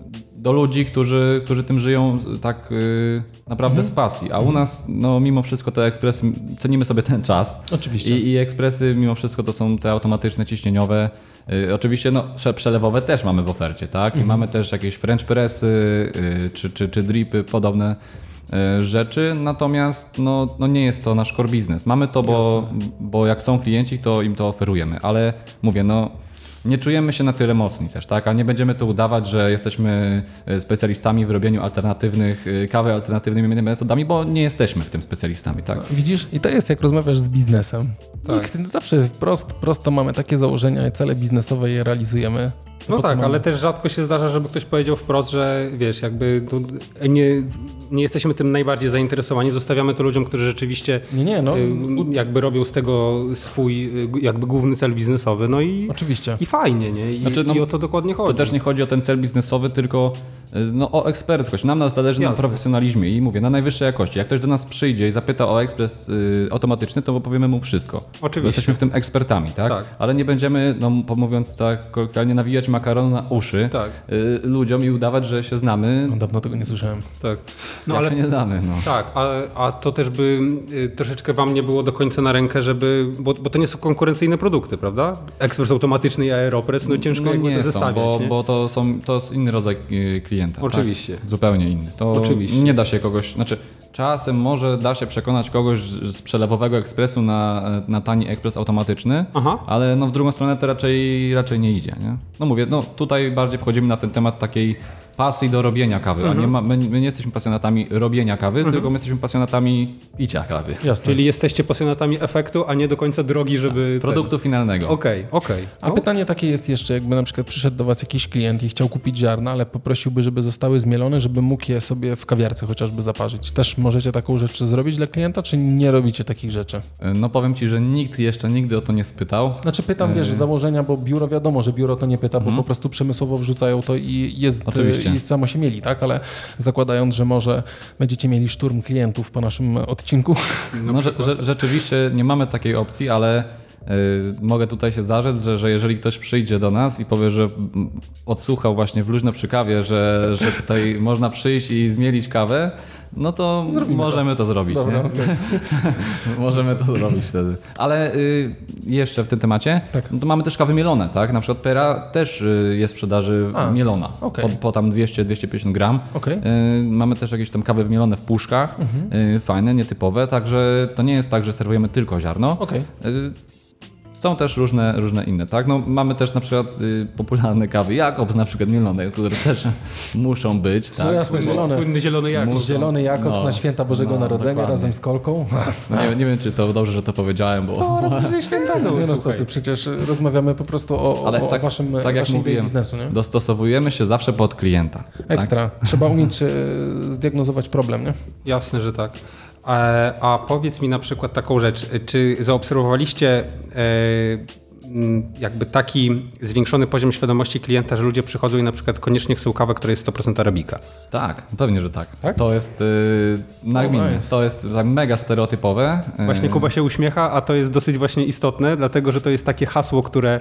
do ludzi, którzy, którzy tym żyją tak yy, naprawdę mhm. z pasji, a u nas no mimo wszystko te ekspresy, cenimy sobie ten czas. Oczywiście. I, i ekspresy mimo wszystko to są te automatyczne, ciśnieniowe. Yy, oczywiście no, przelewowe też mamy w ofercie, tak? I mhm. mamy też jakieś French pressy yy, czy, czy, czy dripy, podobne yy, rzeczy, natomiast no, no nie jest to nasz core business. Mamy to, bo, bo jak są klienci, to im to oferujemy, ale mówię, no nie czujemy się na tyle mocni też, tak? A nie będziemy tu udawać, że jesteśmy specjalistami w robieniu alternatywnych, kawy alternatywnymi metodami, bo nie jesteśmy w tym specjalistami, tak? Widzisz, i to jest jak rozmawiasz z biznesem. Tak. Nikt, zawsze wprost, prosto mamy takie założenia i cele biznesowe je realizujemy. To no tak, ale też rzadko się zdarza, żeby ktoś powiedział wprost, że wiesz, jakby no, nie, nie jesteśmy tym najbardziej zainteresowani, zostawiamy to ludziom, którzy rzeczywiście nie, nie, no. jakby robią z tego swój jakby główny cel biznesowy, no i, Oczywiście. i fajnie, nie? I, znaczy, no, i o to dokładnie chodzi. To też nie chodzi o ten cel biznesowy, tylko no, o eksperckość. Nam zależy na profesjonalizmie i mówię, na najwyższej jakości. Jak ktoś do nas przyjdzie i zapyta o ekspres y, automatyczny, to opowiemy mu wszystko. Oczywiście. Bo jesteśmy w tym ekspertami, tak? tak? Ale nie będziemy, no mówiąc tak kolokwialnie, nawijać makaronu na uszy tak. y, ludziom i udawać, że się znamy. No, dawno tego nie słyszałem. Tak. No Jak ale się nie znamy, no. Tak, a, a to też by y, troszeczkę wam nie było do końca na rękę, żeby, bo, bo to nie są konkurencyjne produkty, prawda? Ekspres automatyczny i aeropress, no ciężko no, jakby nie to są, zestawiać. Bo, nie? bo to są, to jest inny rodzaj klienta. Oczywiście. Tak? Zupełnie inny. To Oczywiście. Nie da się kogoś, znaczy czasem może da się przekonać kogoś z przelewowego ekspresu na, na tani ekspres automatyczny, Aha. ale no w drugą stronę to raczej, raczej nie idzie. Nie? No mówię, no tutaj bardziej wchodzimy na ten temat takiej pasji do robienia kawy, mhm. a nie ma, my, my nie jesteśmy pasjonatami robienia kawy, mhm. tylko my jesteśmy pasjonatami picia kawy. Jasne. Czyli jesteście pasjonatami efektu, a nie do końca drogi, żeby... Tak. Produktu ten... finalnego. Okej, okay, okej. Okay. A no? pytanie takie jest jeszcze, jakby na przykład przyszedł do was jakiś klient i chciał kupić ziarna, ale poprosiłby, żeby zostały zmielone, żeby mógł je sobie w kawiarce chociażby zaparzyć. Też możecie taką rzecz zrobić dla klienta, czy nie robicie takich rzeczy? No powiem ci, że nikt jeszcze nigdy o to nie spytał. Znaczy pytam, wiesz, z założenia, bo biuro wiadomo, że biuro to nie pyta, bo mhm. po prostu przemysłowo wrzucają to i jest, i samo się mieli, tak? Ale zakładając, że może będziecie mieli szturm klientów po naszym odcinku. No, że, że, rzeczywiście nie mamy takiej opcji, ale yy, mogę tutaj się zarzec, że, że jeżeli ktoś przyjdzie do nas i powie, że odsłuchał właśnie w Luźno przy kawie, że, że tutaj można przyjść i zmielić kawę, no to Zrobimy możemy to, to zrobić. Dobra, nie? Okay. możemy to zrobić wtedy. Ale y, jeszcze w tym temacie, tak. no to mamy też kawy mielone, tak? Na przykład Pera też y, jest w sprzedaży A, mielona, okay. po, po tam dwieście do dwustu pięćdziesięciu gram. Okay. Y, mamy też jakieś tam kawy mielone w puszkach, mhm. y, fajne, nietypowe, także to nie jest tak, że serwujemy tylko ziarno. Okay. Y, Są też różne, różne inne, tak? No, mamy też na przykład y, popularne kawy Jakobs, na przykład mielone, które też muszą być. Tak? Jasne, zielone. Słynny zielony Jakobs. Zielony Jakobs no, na święta Bożego no, Narodzenia dokładnie. razem z kolką. No, nie, nie wiem, czy to dobrze, że to powiedziałem, bo... Co, razem święta? No, no co ty, przecież rozmawiamy po prostu o, Ale o, tak, o waszym, tak jak waszym mówiłem, biznesu, nie? Dostosowujemy się zawsze pod klienta. Ekstra. Tak? Trzeba umieć zdiagnozować problem, nie? Jasne, że tak. A powiedz mi na przykład taką rzecz, czy zaobserwowaliście jakby taki zwiększony poziom świadomości klienta, że ludzie przychodzą i na przykład koniecznie chcą kawę, która jest sto procent arabika. Tak, pewnie, że tak. Tak? To jest yy, nagminne, Oh, nice. to jest tak mega stereotypowe. Właśnie Kuba się uśmiecha, a to jest dosyć właśnie istotne, dlatego że to jest takie hasło, które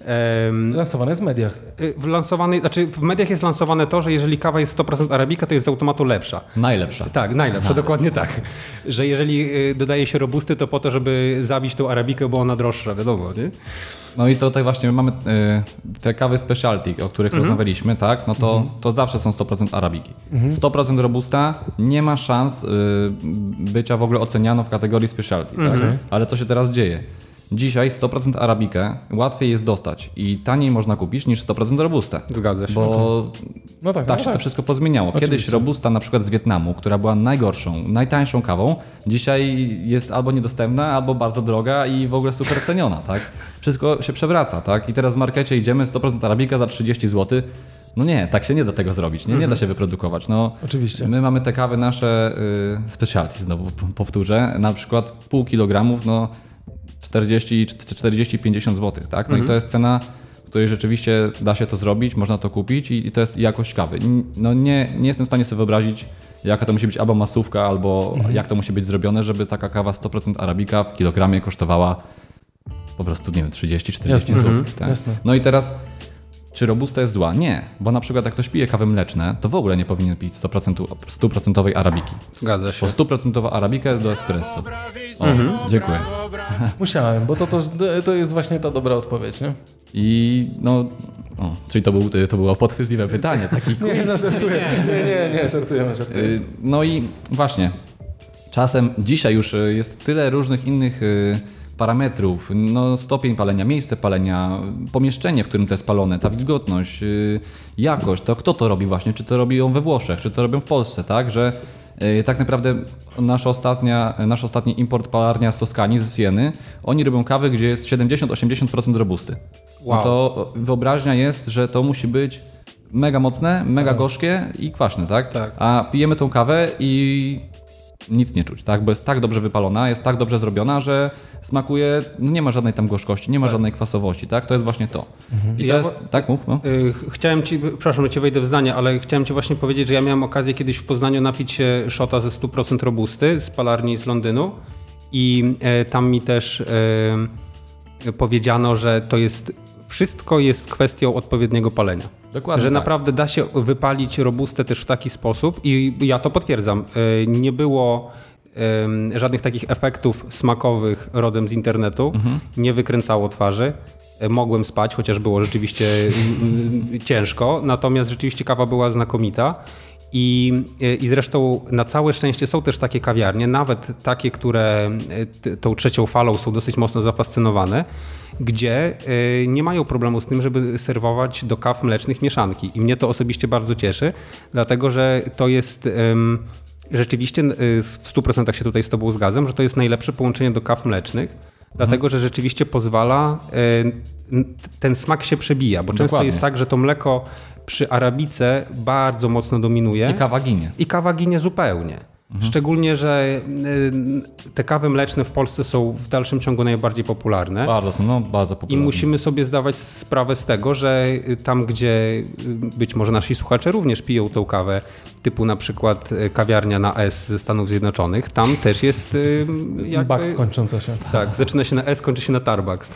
em, Lansowane jest w mediach. w lansowany, znaczy w mediach jest lansowane to, że jeżeli kawa jest sto procent arabika, to jest z automatu lepsza. Najlepsza. Tak, najlepsza, Aha. dokładnie tak. Że jeżeli y, dodaje się robusty, to po to, żeby zabić tą arabikę, bo ona droższa, wiadomo, nie? No i to tutaj właśnie mamy y, te kawy specialty, o których Mhm. rozmawialiśmy, tak? No to, to zawsze są sto procent arabiki. sto procent robusta nie ma szans y, bycia w ogóle oceniano w kategorii specialty, tak? Ale co się teraz dzieje? Dzisiaj sto procent arabikę łatwiej jest dostać i taniej można kupić niż sto procent robustę. Zgadza się. Bo No tak, tak no się tak. to wszystko pozmieniało. Kiedyś Oczywiście. robusta na przykład z Wietnamu, która była najgorszą, najtańszą kawą, dzisiaj jest albo niedostępna, albo bardzo droga i w ogóle super ceniona, tak? Wszystko się przewraca, tak? I teraz w markecie idziemy sto procent arabika za trzydzieści złotych. No nie, tak się nie da tego zrobić, nie, nie da się wyprodukować. No, Oczywiście. My mamy te kawy nasze y, specialty, znowu p- powtórzę, na przykład pół kilogramów, no czterdzieści czterdzieści pięćdziesiąt złotych, tak? No i to jest cena, której rzeczywiście da się to zrobić, można to kupić i, i to jest jakość kawy. I, no nie, nie jestem w stanie sobie wyobrazić, jaka to musi być albo masówka, albo jak to musi być zrobione, żeby taka kawa sto procent arabika w kilogramie kosztowała po prostu, nie wiem, trzydzieści czterdzieści Jasne. złotych. Tak? Jasne. No i teraz, czy robusta jest zła? Nie, bo na przykład jak ktoś pije kawy mleczne, to w ogóle nie powinien pić sto procent stu procent arabiki. Zgadza się. Bo stu procent arabika jest do espresso. O, dziękuję. Musiałem, bo to, to, to jest właśnie ta dobra odpowiedź, nie? I no, o, czyli to, był, to było podchwytliwe pytanie. Taki Nie, no żartuję. Nie, nie, nie, żartujemy, żartujemy. Y, No i właśnie, czasem dzisiaj już y, jest tyle różnych innych y, parametrów, no stopień palenia, miejsce palenia, pomieszczenie, w którym to jest palone, ta wilgotność, y, jakość, to kto to robi właśnie, czy to robią we Włoszech, czy to robią w Polsce, tak, że y, tak naprawdę nasza ostatnia, nasz ostatni import palarnia z Toskanii, z Sieny, oni robią kawy, gdzie jest siedemdziesiąt do osiemdziesięciu procent robusty. Wow. No to wyobraźnia jest, że to musi być mega mocne, mega gorzkie i kwaśne, tak? Tak. A pijemy tą kawę i nic nie czuć, tak? Bo jest tak dobrze wypalona, jest tak dobrze zrobiona, że smakuje, no nie ma żadnej tam gorzkości, nie ma żadnej kwasowości, tak? To jest właśnie to. I to Ja jest, bo- tak mów, no. Y, Chciałem ci, przepraszam, że ci wejdę w zdanie, ale chciałem ci właśnie powiedzieć, że ja miałem okazję kiedyś w Poznaniu napić się szota ze stu procent robusty z palarni z Londynu i e, tam mi też e, powiedziano, że to jest, wszystko jest kwestią odpowiedniego palenia. Dokładnie Że tak. naprawdę da się wypalić robustę też w taki sposób i ja to potwierdzam. E, Nie było em, żadnych takich efektów smakowych rodem z internetu, Mhm. nie wykręcało twarzy. E, Mogłem spać, chociaż było rzeczywiście mm, ciężko, natomiast rzeczywiście kawa była znakomita. I, I zresztą na całe szczęście są też takie kawiarnie, nawet takie, które e, t- tą trzecią falą są dosyć mocno zafascynowane, gdzie e, nie mają problemu z tym, żeby serwować do kaw mlecznych mieszanki. I mnie to osobiście bardzo cieszy, dlatego że to jest em, rzeczywiście, e, w stu procentach się tutaj z tobą zgadzam, że to jest najlepsze połączenie do kaw mlecznych, dlatego że rzeczywiście pozwala, e, n- ten smak się przebija, bo często Dokładnie. jest tak, że to mleko przy arabice bardzo mocno dominuje. I kawa ginie. I kawa ginie zupełnie. Szczególnie, że y, te kawy mleczne w Polsce są w dalszym ciągu najbardziej popularne. Bardzo są, no bardzo I popularne. musimy sobie zdawać sprawę z tego, że y, tam, gdzie y, być może nasi słuchacze również piją tą kawę, typu na przykład y, kawiarnia na S ze Stanów Zjednoczonych, tam też jest y, jakby... Bugs kończąca się. Tak, zaczyna się na S, kończy się na Tarbucks.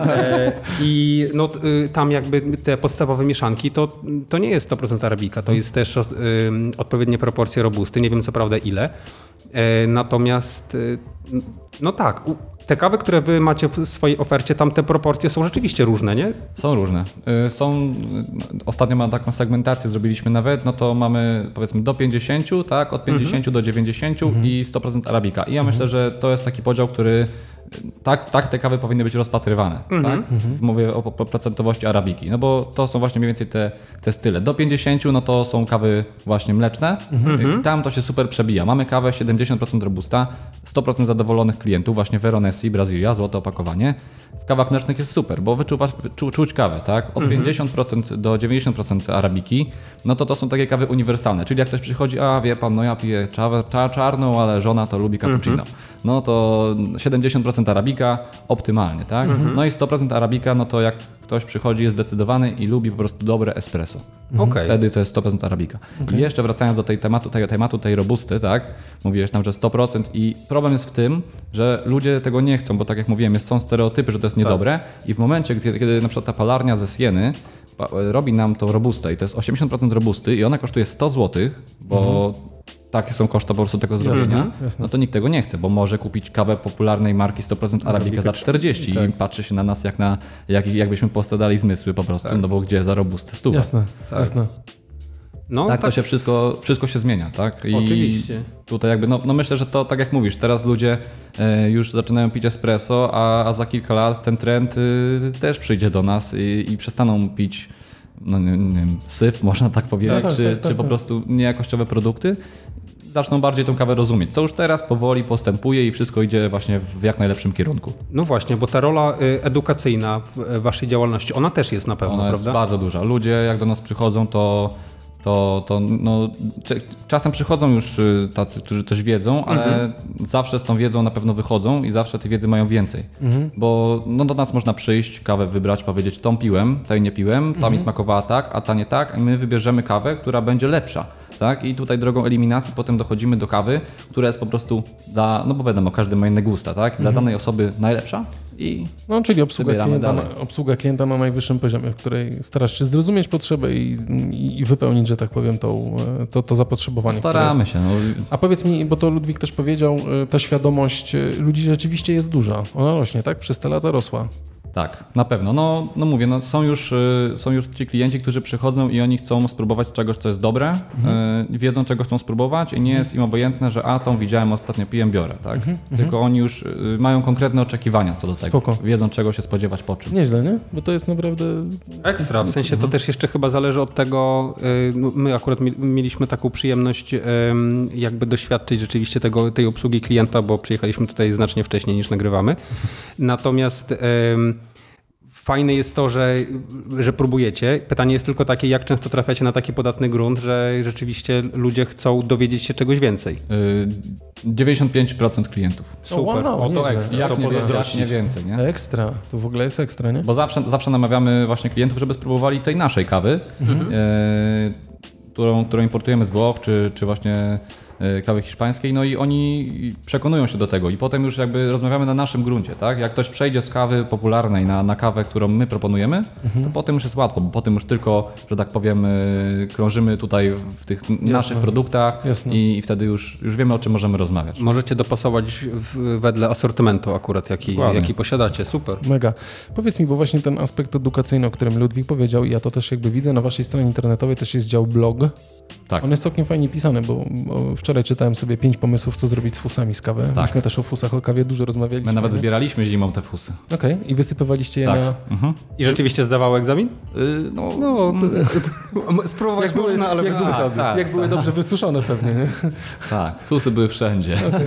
E, I no, t- y, tam jakby te podstawowe mieszanki to, to nie jest sto procent arabika, to jest też od, y, odpowiednie proporcje robusty, nie wiem co prawda ile. E, natomiast y, no tak, u, te kawy, które wy macie w swojej ofercie, tam te proporcje są rzeczywiście różne, nie? Są różne. Y, Są, y, ostatnio mamy taką segmentację, zrobiliśmy nawet, no to mamy powiedzmy do pięćdziesięciu, tak, od pięćdziesięciu do dziewięćdziesięciu i sto procent arabika. I ja myślę, że to jest taki podział, który tak, tak te kawy powinny być rozpatrywane, tak? Mówię o o procentowości arabiki, no bo to są właśnie mniej więcej te, te style. Do pięćdziesięciu no to są kawy właśnie mleczne, y, tam to się super przebija. Mamy kawę siedemdziesiąt procent robusta, sto procent zadowolonych klientów, właśnie Veronesi, Brazylia, złote opakowanie. w kawach mlecznych jest super, bo wyczuwać, wyczu, czuć kawę, tak? Od mhm. pięćdziesiąt procent do dziewięćdziesiąt procent arabiki, no to to są takie kawy uniwersalne, czyli jak ktoś przychodzi, a wie pan, no ja piję czawę, cza, czarną, ale żona to lubi cappuccino. Mhm. No to siedemdziesiąt procent arabika optymalnie, tak? Mhm. No i sto procent arabika, no to jak ktoś przychodzi, jest zdecydowany i lubi po prostu dobre espresso. Okay. Wtedy to jest sto procent arabika. Okay. I jeszcze wracając do tej tematu, tej tematu tej robusty, tak? Mówiłeś tam, że sto procent i problem jest w tym, że ludzie tego nie chcą, bo tak jak mówiłem, jest, są stereotypy, że to jest niedobre tak. I w momencie, kiedy, kiedy na przykład ta palarnia ze Sieny robi nam tą robustę i to jest osiemdziesiąt procent robusty i ona kosztuje sto złotych, bo mhm. takie są koszty po prostu tego zrobienia, jasne, jasne. No to nikt tego nie chce, bo może kupić kawę popularnej marki sto procent Arabika za czterdzieści tak. I patrzy się na nas jak na, jak, jakbyśmy postradali zmysły po prostu, tak. No bo gdzie za robustę stówę. Jasne, tak. jasne. No, tak, tak to się wszystko, wszystko się zmienia, tak? I oczywiście. Tutaj jakby, no, no myślę, że to tak jak mówisz, teraz ludzie y, już zaczynają pić espresso, a, a za kilka lat ten trend y, też przyjdzie do nas i, i przestaną pić no nie, nie wiem, syf, można tak powiedzieć, tak, czy, tak, tak, czy po tak. prostu niejakościowe produkty, zaczną bardziej tą kawę rozumieć, co już teraz powoli postępuje i wszystko idzie właśnie w jak najlepszym kierunku. No właśnie, bo ta rola edukacyjna w waszej działalności, ona też jest na pewno, ona prawda? Jest bardzo duża. Ludzie jak do nas przychodzą, to To, to no, czasem przychodzą już tacy, którzy też wiedzą, ale mhm. zawsze z tą wiedzą na pewno wychodzą i zawsze tej wiedzy mają więcej. Mhm. Bo no, do nas można przyjść, kawę wybrać, powiedzieć, tą piłem, tej nie piłem, ta mhm. mi smakowała tak, a ta nie tak, i my wybierzemy kawę, która będzie lepsza. Tak? I tutaj drogą eliminacji potem dochodzimy do kawy, która jest po prostu dla, no bo wiadomo, każdy ma inne gusta, tak? Dla mhm. danej osoby najlepsza i no, czyli obsługa klienta, na, obsługa klienta na najwyższym poziomie, w której starasz się zrozumieć potrzebę i, i, i wypełnić, że tak powiem, to, to, to zapotrzebowanie. Staramy się. No. A powiedz mi, bo to Ludwik też powiedział, ta świadomość ludzi rzeczywiście jest duża. Ona rośnie, tak? Przez te lata rosła. Tak, na pewno. No, no mówię, no są, już, są już ci klienci, którzy przychodzą i oni chcą spróbować czegoś, co jest dobre, mhm. y, wiedzą, czego chcą spróbować i nie jest im obojętne, że a tą widziałem ostatnio, piję, biorę. Tak? Mhm. Tylko oni już y, mają konkretne oczekiwania co do tego. Spoko. Wiedzą, czego się spodziewać, po czym. Nieźle, nie? Bo to jest naprawdę... Ekstra, w sensie mhm. to też jeszcze chyba zależy od tego, y, my akurat mi, mieliśmy taką przyjemność y, jakby doświadczyć rzeczywiście tego, tej obsługi klienta, bo przyjechaliśmy tutaj znacznie wcześniej niż nagrywamy. Natomiast... Y, Fajne jest to, że, że próbujecie. Pytanie jest tylko takie, jak często trafiacie na taki podatny grunt, że rzeczywiście ludzie chcą dowiedzieć się czegoś więcej. dziewięćdziesiąt pięć procent klientów. Super, o, wow, o to ekstra. Jak to nie, jak nie więcej, nie? Ekstra, to w ogóle jest ekstra, nie? Bo zawsze, zawsze namawiamy właśnie klientów, żeby spróbowali tej naszej kawy, mhm. e, którą, którą importujemy z Włoch, czy, czy właśnie kawy hiszpańskiej, no i oni przekonują się do tego i potem już jakby rozmawiamy na naszym gruncie, tak? Jak ktoś przejdzie z kawy popularnej na, na kawę, którą my proponujemy, mhm. to potem już jest łatwo, bo potem już tylko, że tak powiem, krążymy tutaj w tych Jasne. naszych produktach i, i wtedy już, już wiemy, o czym możemy rozmawiać. Możecie dopasować w, wedle asortymentu akurat, jaki, jaki posiadacie. Super. Mega. Powiedz mi, bo właśnie ten aspekt edukacyjny, o którym Ludwik powiedział i ja to też jakby widzę, na waszej stronie internetowej też jest dział blog. Tak. On jest całkiem fajnie pisany, bo, bo wczoraj czytałem sobie pięć pomysłów, co zrobić z fusami z kawy. Tak. Myśmy też o fusach, o kawie dużo rozmawialiśmy. My nawet nie? zbieraliśmy zimą te fusy. Okej, okay. I wysypywaliście je tak. na... Mhm. I rzeczywiście zdawało egzamin? Yy, no, no to, spróbować jak można, były, ale jak, bez były, zasady. Tak, jak tak. były dobrze wysuszone pewnie, nie? Tak, fusy były wszędzie. Okay.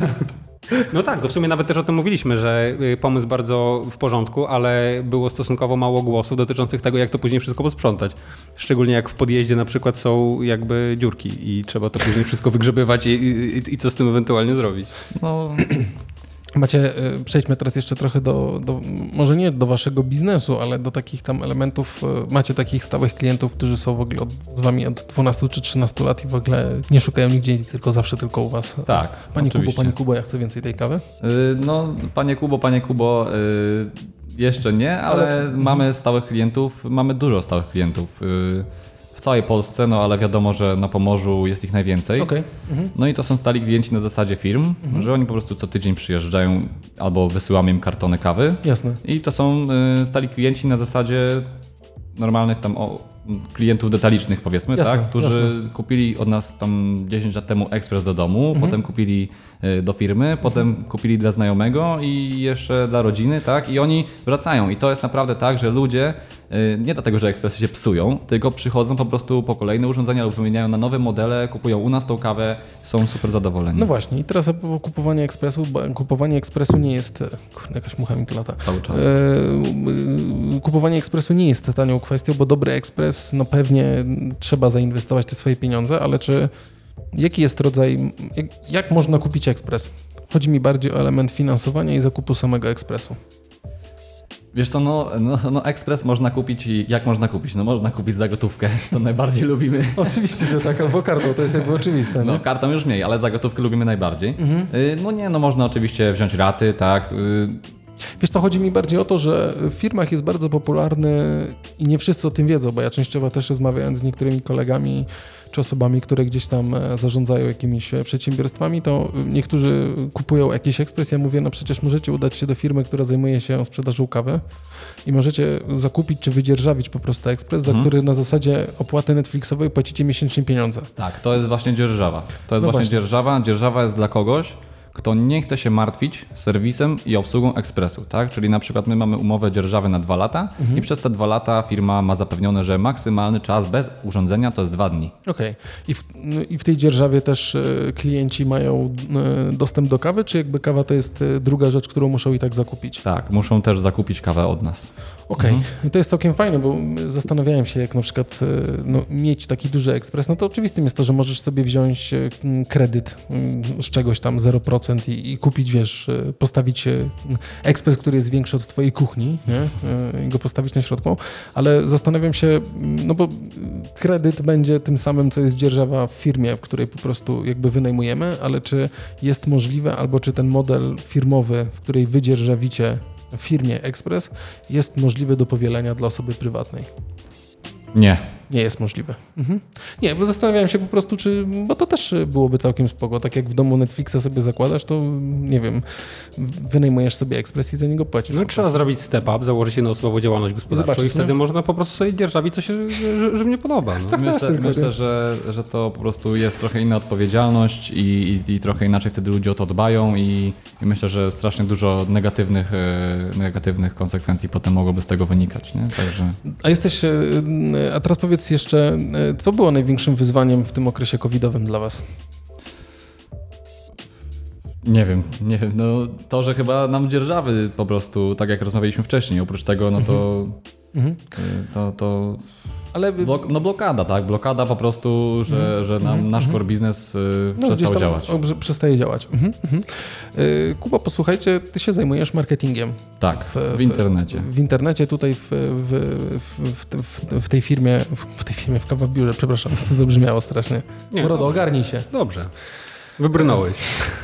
No tak, to w sumie nawet też o tym mówiliśmy, że pomysł bardzo w porządku, ale było stosunkowo mało głosów dotyczących tego, jak to później wszystko posprzątać. Szczególnie jak w podjeździe na przykład są jakby dziurki i trzeba to później wszystko wygrzebywać i, i, i co z tym ewentualnie zrobić. No... Macie, przejdźmy teraz jeszcze trochę do, do, może nie do waszego biznesu, ale do takich tam elementów, macie takich stałych klientów, którzy są w ogóle od, z wami od dwunastu czy trzynastu lat i w ogóle nie szukają nigdzie, tylko zawsze tylko u was. Tak, Panie oczywiście. Kubo, Panie Kubo, ja chcę więcej tej kawy? Yy, no, Panie Kubo, Panie Kubo, yy, jeszcze nie, ale, ale mamy stałych klientów, mamy dużo stałych klientów. Yy, w całej Polsce, no ale wiadomo, że na Pomorzu jest ich najwięcej. Okay. Mhm. No i to są stali klienci na zasadzie firm, mhm. że oni po prostu co tydzień przyjeżdżają albo wysyłamy im kartony kawy. Jasne. I to są y, stali klienci na zasadzie normalnych tam o, klientów detalicznych powiedzmy, jasne, tak, którzy jasne. kupili od nas tam dziesięć lat temu ekspres do domu, mhm. potem kupili do firmy, potem kupili dla znajomego i jeszcze dla rodziny, tak? I oni wracają. I to jest naprawdę tak, że ludzie nie dlatego, że ekspresy się psują, tylko przychodzą po prostu po kolejne urządzenia lub wymieniają na nowe modele, kupują u nas tą kawę, są super zadowoleni. No właśnie, i teraz o kupowanie ekspresu, bo kupowanie ekspresu nie jest, kurde, jakaś mucha mi tu lata. Cały czas. E, kupowanie ekspresu nie jest tanią kwestią, bo dobry ekspres, no pewnie trzeba zainwestować te swoje pieniądze, ale czy, jaki jest rodzaj, jak, jak można kupić ekspres? Chodzi mi bardziej o element finansowania i zakupu samego ekspresu. Wiesz co, no, no, no ekspres można kupić i jak można kupić? No można kupić za gotówkę, to najbardziej lubimy. Oczywiście, że tak, albo kartą, to jest jakby oczywiste. No nie? kartą już mniej, ale za gotówkę lubimy najbardziej. Mhm. No nie, no można oczywiście wziąć raty, tak. Wiesz co, chodzi mi bardziej o to, że w firmach jest bardzo popularny i nie wszyscy o tym wiedzą, bo ja częściowo też rozmawiając z niektórymi kolegami czy osobami, które gdzieś tam zarządzają jakimiś przedsiębiorstwami, to niektórzy kupują jakiś ekspres. Ja mówię, no przecież możecie udać się do firmy, która zajmuje się sprzedażą kawy i możecie zakupić czy wydzierżawić po prostu ekspres, za hmm. który na zasadzie opłaty Netflixowej płacicie miesięcznie pieniądze. Tak, to jest właśnie dzierżawa. To jest no właśnie, właśnie dzierżawa. Dzierżawa jest dla kogoś, kto nie chce się martwić serwisem i obsługą ekspresu, tak? Czyli na przykład my mamy umowę dzierżawy na dwa lata mhm. i przez te dwa lata firma ma zapewnione, że maksymalny czas bez urządzenia to jest dwa dni. Okej. Okay. I, w, I w tej dzierżawie też y, klienci mają y, dostęp do kawy, czy jakby kawa to jest y, druga rzecz, którą muszą i tak zakupić? Tak, muszą też zakupić kawę od nas. Okej, okay. mhm. I to jest całkiem fajne, bo zastanawiałem się, jak na przykład no, mieć taki duży ekspres, no to oczywistym jest to, że możesz sobie wziąć kredyt z czegoś tam zero procent i, i kupić, wiesz, postawić ekspres, który jest większy od twojej kuchni, nie? I go postawić na środku, ale zastanawiam się, no bo kredyt będzie tym samym, co jest dzierżawa w firmie, w której po prostu jakby wynajmujemy, ale czy jest możliwe, albo czy ten model firmowy, w której wy dzierżawicie w firmie Ekspres jest możliwy do powielenia dla osoby prywatnej? Nie. Nie jest możliwe. Mhm. Nie, bo zastanawiałem się po prostu, czy, bo to też byłoby całkiem spoko. Tak jak w domu Netflixa sobie zakładasz, to nie wiem, wynajmujesz sobie ekspres i za niego płacisz. No trzeba zrobić step up, założyć się na osobową działalność gospodarczą Zobaczyć, i wtedy nie? można po prostu sobie dzierżawić, co się, że, że mnie podoba. No. Co chcesz myślę, tylko, myślę że, że to po prostu jest trochę inna odpowiedzialność i, i, i trochę inaczej wtedy ludzie o to dbają i, i myślę, że strasznie dużo negatywnych, negatywnych konsekwencji potem mogłoby z tego wynikać. Nie? Także... A jesteś, a teraz powiedz jeszcze, co było największym wyzwaniem w tym okresie covidowym dla was? Nie wiem, nie wiem. No, to, że chyba nam dzierżawy po prostu, tak jak rozmawialiśmy wcześniej, oprócz tego, no to... Mhm. to, to Ale... blok, no blokada, tak? Blokada po prostu, że, mhm. że nam nasz core biznes no, przestał działać. O, przestaje działać. Mhm. Mhm. Kuba, posłuchajcie, ty się zajmujesz marketingiem. Tak, w, w, w internecie. W, w internecie tutaj w, w, w, w, w tej firmie, w tej firmie, w Kawa w biurze, przepraszam, to zabrzmiało strasznie. Nie, Morodo, ogarnij się. Dobrze, wybrnąłeś.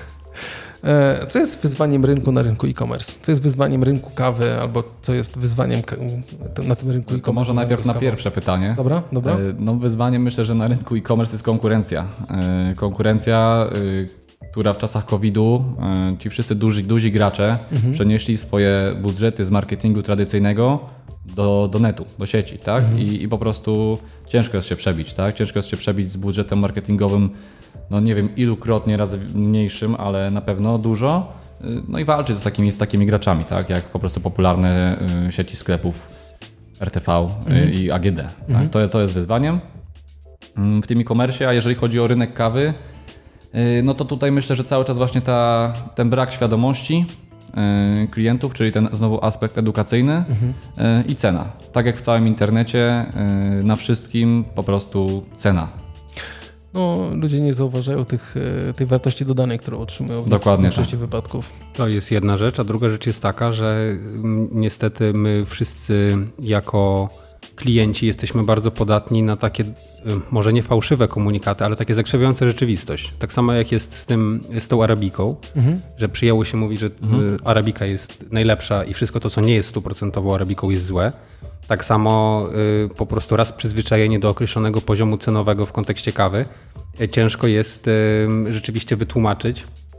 Co jest wyzwaniem rynku na rynku e-commerce? Co jest wyzwaniem rynku kawy albo co jest wyzwaniem na tym rynku e-commerce? To może najpierw na pierwsze pytanie. Dobra, dobra. No wyzwaniem myślę, że na rynku e-commerce jest konkurencja. Konkurencja, która w czasach kowida ci wszyscy duzi, duzi gracze mhm. przenieśli swoje budżety z marketingu tradycyjniejnego do, do netu, do sieci, tak? Mhm. I, I po prostu ciężko jest się przebić, tak? Ciężko jest się przebić z budżetem marketingowym, no nie wiem ilukrotnie razy mniejszym, ale na pewno dużo. No i walczyć z takimi, z takimi graczami, tak? Jak po prostu popularne sieci sklepów R T V mhm. i A G D. Mhm. Tak? To, to jest wyzwaniem w tym e-commerce, a jeżeli chodzi o rynek kawy, no to tutaj myślę, że cały czas właśnie ta, ten brak świadomości klientów, czyli ten znowu aspekt edukacyjny mhm. i cena. Tak jak w całym internecie, na wszystkim po prostu cena. No, ludzie nie zauważają tych, tej wartości dodanej, którą otrzymują w Dokładnie większości tak. wypadków. To jest jedna rzecz, a druga rzecz jest taka, że niestety my wszyscy jako klienci jesteśmy bardzo podatni na takie, może nie fałszywe komunikaty, ale takie zakrzywiające rzeczywistość. Tak samo jak jest z tym, z tą arabiką, mhm. że przyjęło się mówić, że mhm. arabika jest najlepsza i wszystko to, co nie jest stuprocentową arabiką, jest złe. Tak samo y, po prostu raz przyzwyczajenie do określonego poziomu cenowego w kontekście kawy ciężko jest y, rzeczywiście wytłumaczyć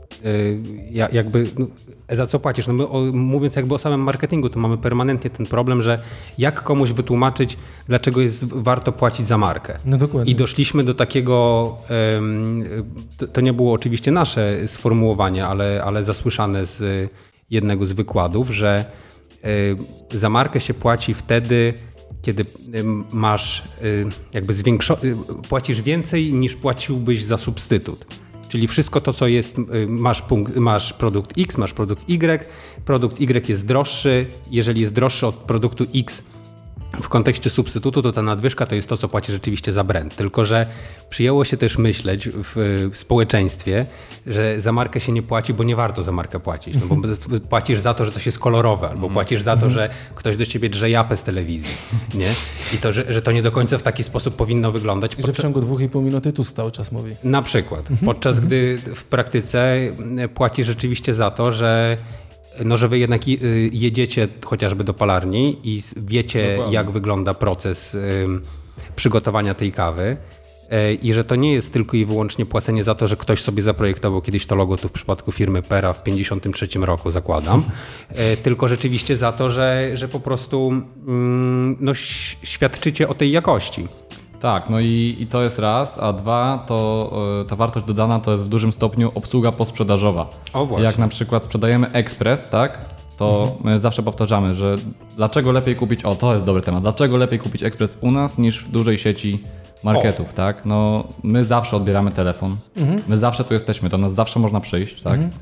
jakby no, za co płacisz. No my, o, mówiąc jakby o samym marketingu, to mamy permanentnie ten problem, że jak komuś wytłumaczyć, dlaczego jest warto płacić za markę. No dokładnie. I doszliśmy do takiego, um, to, to nie było oczywiście nasze sformułowanie, ale, ale zasłyszane z jednego z wykładów, że y, za markę się płaci wtedy, kiedy masz jakby zwiększo- płacisz więcej niż płaciłbyś za substytut. Czyli wszystko to, co jest, masz, punkt, masz produkt X, masz produkt Y, produkt Y jest droższy, jeżeli jest droższy od produktu X w kontekście substytutu, to ta nadwyżka to jest to, co płaci rzeczywiście za brand. Tylko że przyjęło się też myśleć w społeczeństwie, że za markę się nie płaci, bo nie warto za markę płacić. No bo płacisz za to, że coś jest kolorowe, albo płacisz za to, że ktoś do ciebie drze japę z telewizji. Nie? I to, że, że to nie do końca w taki sposób powinno wyglądać. I że w ciągu dwóch i pół minuty tu cały czas mówi. Na przykład. Podczas gdy w praktyce płacisz rzeczywiście za to, że no, że wy jednak jedziecie chociażby do palarni i wiecie, Dokładnie. jak wygląda proces przygotowania tej kawy i że to nie jest tylko i wyłącznie płacenie za to, że ktoś sobie zaprojektował kiedyś to logo, tu w przypadku firmy Pera w pięćdziesiątym trzecim roku zakładam, tylko rzeczywiście za to, że, że po prostu no, świadczycie o tej jakości. Tak, no i, i to jest raz, a dwa, to ta wartość dodana to jest w dużym stopniu obsługa posprzedażowa. O właśnie. Jak na przykład sprzedajemy ekspres, tak, to mhm. my zawsze powtarzamy, że dlaczego lepiej kupić, o to jest dobry temat, dlaczego lepiej kupić ekspres u nas niż w dużej sieci marketów, o. tak? No my zawsze odbieramy telefon, mhm. my zawsze tu jesteśmy, do nas zawsze można przyjść, tak? Mhm.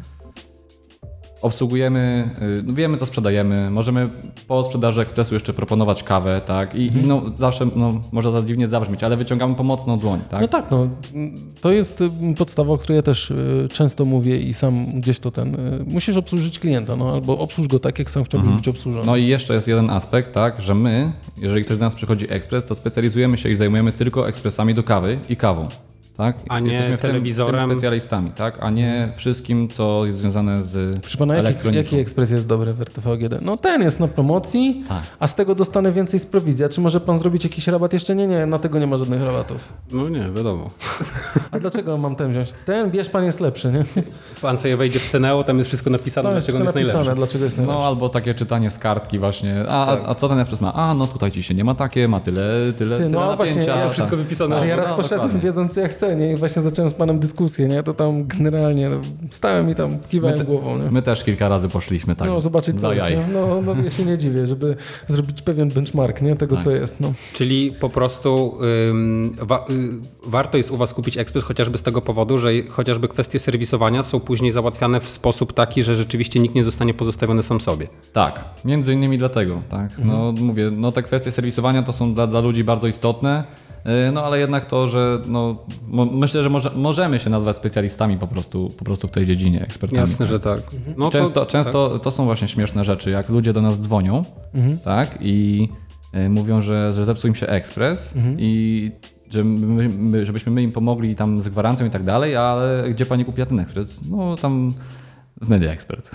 Obsługujemy, wiemy co sprzedajemy, możemy po sprzedaży ekspresu jeszcze proponować kawę, tak? I, mhm. i no zawsze, no może to dziwnie zabrzmieć, ale wyciągamy pomocną dłoń, tak? No tak, no to jest podstawa, o której ja też często mówię i sam gdzieś to ten, musisz obsłużyć klienta, no albo obsłuż go tak, jak sam chciałby mhm. być obsłużony. No i jeszcze jest jeden aspekt, tak, że my, jeżeli ktoś do nas przychodzi ekspres, to specjalizujemy się i zajmujemy tylko ekspresami do kawy i kawą. Tak? A nie Jesteśmy telewizorem. W tym, w tym specjalistami, tak? A nie wszystkim, co jest związane z Proszę pana, jaki, jaki ekspres jest dobry w R T V A G D? No ten jest na promocji, tak. a z tego dostanę więcej z prowizji. A czy może pan zrobić jakiś rabat? Jeszcze nie, nie, na tego nie ma żadnych rabatów. No nie, wiadomo. A dlaczego mam ten wziąć? Ten, bierz pan, jest lepszy, nie? Pan sobie wejdzie w Ceneo, tam jest wszystko napisane, to jest dlaczego wszystko jest napisane, najlepszy. dlaczego jest najlepszy. No albo takie czytanie z kartki właśnie. A, tak. a, a co ten ekspres ma? A no tutaj ci się nie ma takie, ma tyle, tyle, Ty, no, tyle właśnie, napięcia. ja wszystko wypisane. Ale ja raz no, poszedłem dokładnie. wiedząc co ja chcę, nie? I właśnie zacząłem z panem dyskusję, nie? To tam generalnie no, stałem i tam kiwałem my te, głową, nie? My też kilka razy poszliśmy, tak. No zobaczyć co jest, nie? No, no ja się nie dziwię, żeby zrobić pewien benchmark, nie? Tego tak. co jest, no. Czyli po prostu ym, wa, y, warto jest u was kupić ekspres chociażby z tego powodu, że chociażby kwestie serwisowania są później załatwiane w sposób taki, że rzeczywiście nikt nie zostanie pozostawiony sam sobie. Tak, między innymi dlatego, tak. No mhm. mówię, no te kwestie serwisowania to są dla, dla ludzi bardzo istotne. No ale jednak to, że no, mo- myślę, że może, możemy się nazwać specjalistami po prostu, po prostu w tej dziedzinie, ekspertami. Jasne, tak? że tak. No często to, często tak. to są właśnie śmieszne rzeczy, jak ludzie do nas dzwonią mhm. tak, i y, mówią, że, że zepsuł im się ekspres mhm. i że my, my, żebyśmy my im pomogli tam z gwarancją i tak dalej, ale gdzie pani kupiła ten ekspres? No tam w Media Expert.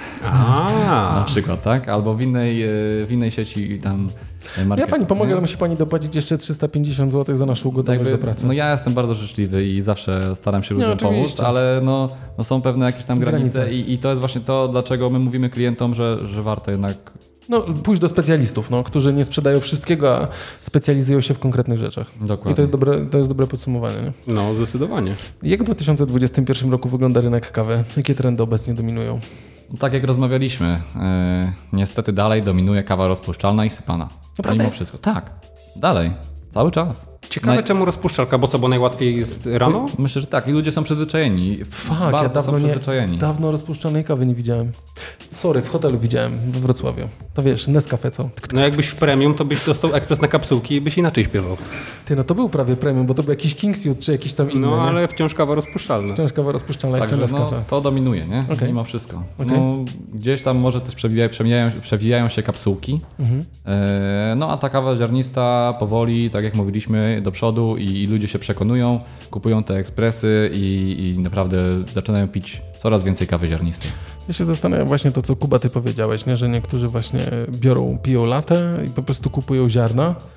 Na przykład, tak? Albo w innej, w innej sieci tam market. Ja pani pomogę, ale musi pani dopłacić jeszcze trzysta pięćdziesiąt złotych za naszą gotowość Jakby, do pracy. No ja jestem bardzo życzliwy i zawsze staram się ludziom pomóc, ale no, no są pewne jakieś tam granice, granice. I, i to jest właśnie to, dlaczego my mówimy klientom, że, że warto jednak... No pójść do specjalistów, no, którzy nie sprzedają wszystkiego, a specjalizują się w konkretnych rzeczach. Dokładnie. I to jest dobre, to jest dobre podsumowanie. Nie? No zdecydowanie. Jak w dwa tysiące dwudziestym pierwszym roku wygląda rynek kawy? Jakie trendy obecnie dominują? No, tak jak rozmawialiśmy, yy, niestety dalej dominuje kawa rozpuszczalna i sypana. Naprawdę? Mimo wszystko. Tak, dalej, cały czas. Ciekawe Naj... czemu rozpuszczalka, bo co, bo najłatwiej jest rano? Myślę, że tak i ludzie są przyzwyczajeni. Fuck, bardzo ja dawno, są nie, przyzwyczajeni. dawno rozpuszczalnej kawy nie widziałem. Sorry, w hotelu widziałem we Wrocławiu. To wiesz, Nescafe co? No jakbyś w premium, to byś dostał ekspres na kapsułki i byś inaczej śpiewał. Ty, no to był prawie premium, bo to był jakiś Kingsuit czy jakiś tam inny. No nie? ale wciąż kawa rozpuszczalna. Wciąż kawa rozpuszczalna, jeszcze Także Nescafe. no, to dominuje, nie? Okay. Mimo wszystko. Okay. No, gdzieś tam może też przewijają, przewijają, przewijają się kapsułki. Mhm. E, no a ta kawa ziarnista powoli, tak jak mówiliśmy, do przodu i, i ludzie się przekonują, kupują te ekspresy i, i naprawdę zaczynają pić coraz więcej kawy ziarnistej. Ja się zastanawiam właśnie to, co Kuba ty powiedziałeś, nie? Że niektórzy właśnie biorą, piją latę i po prostu kupują ziarna.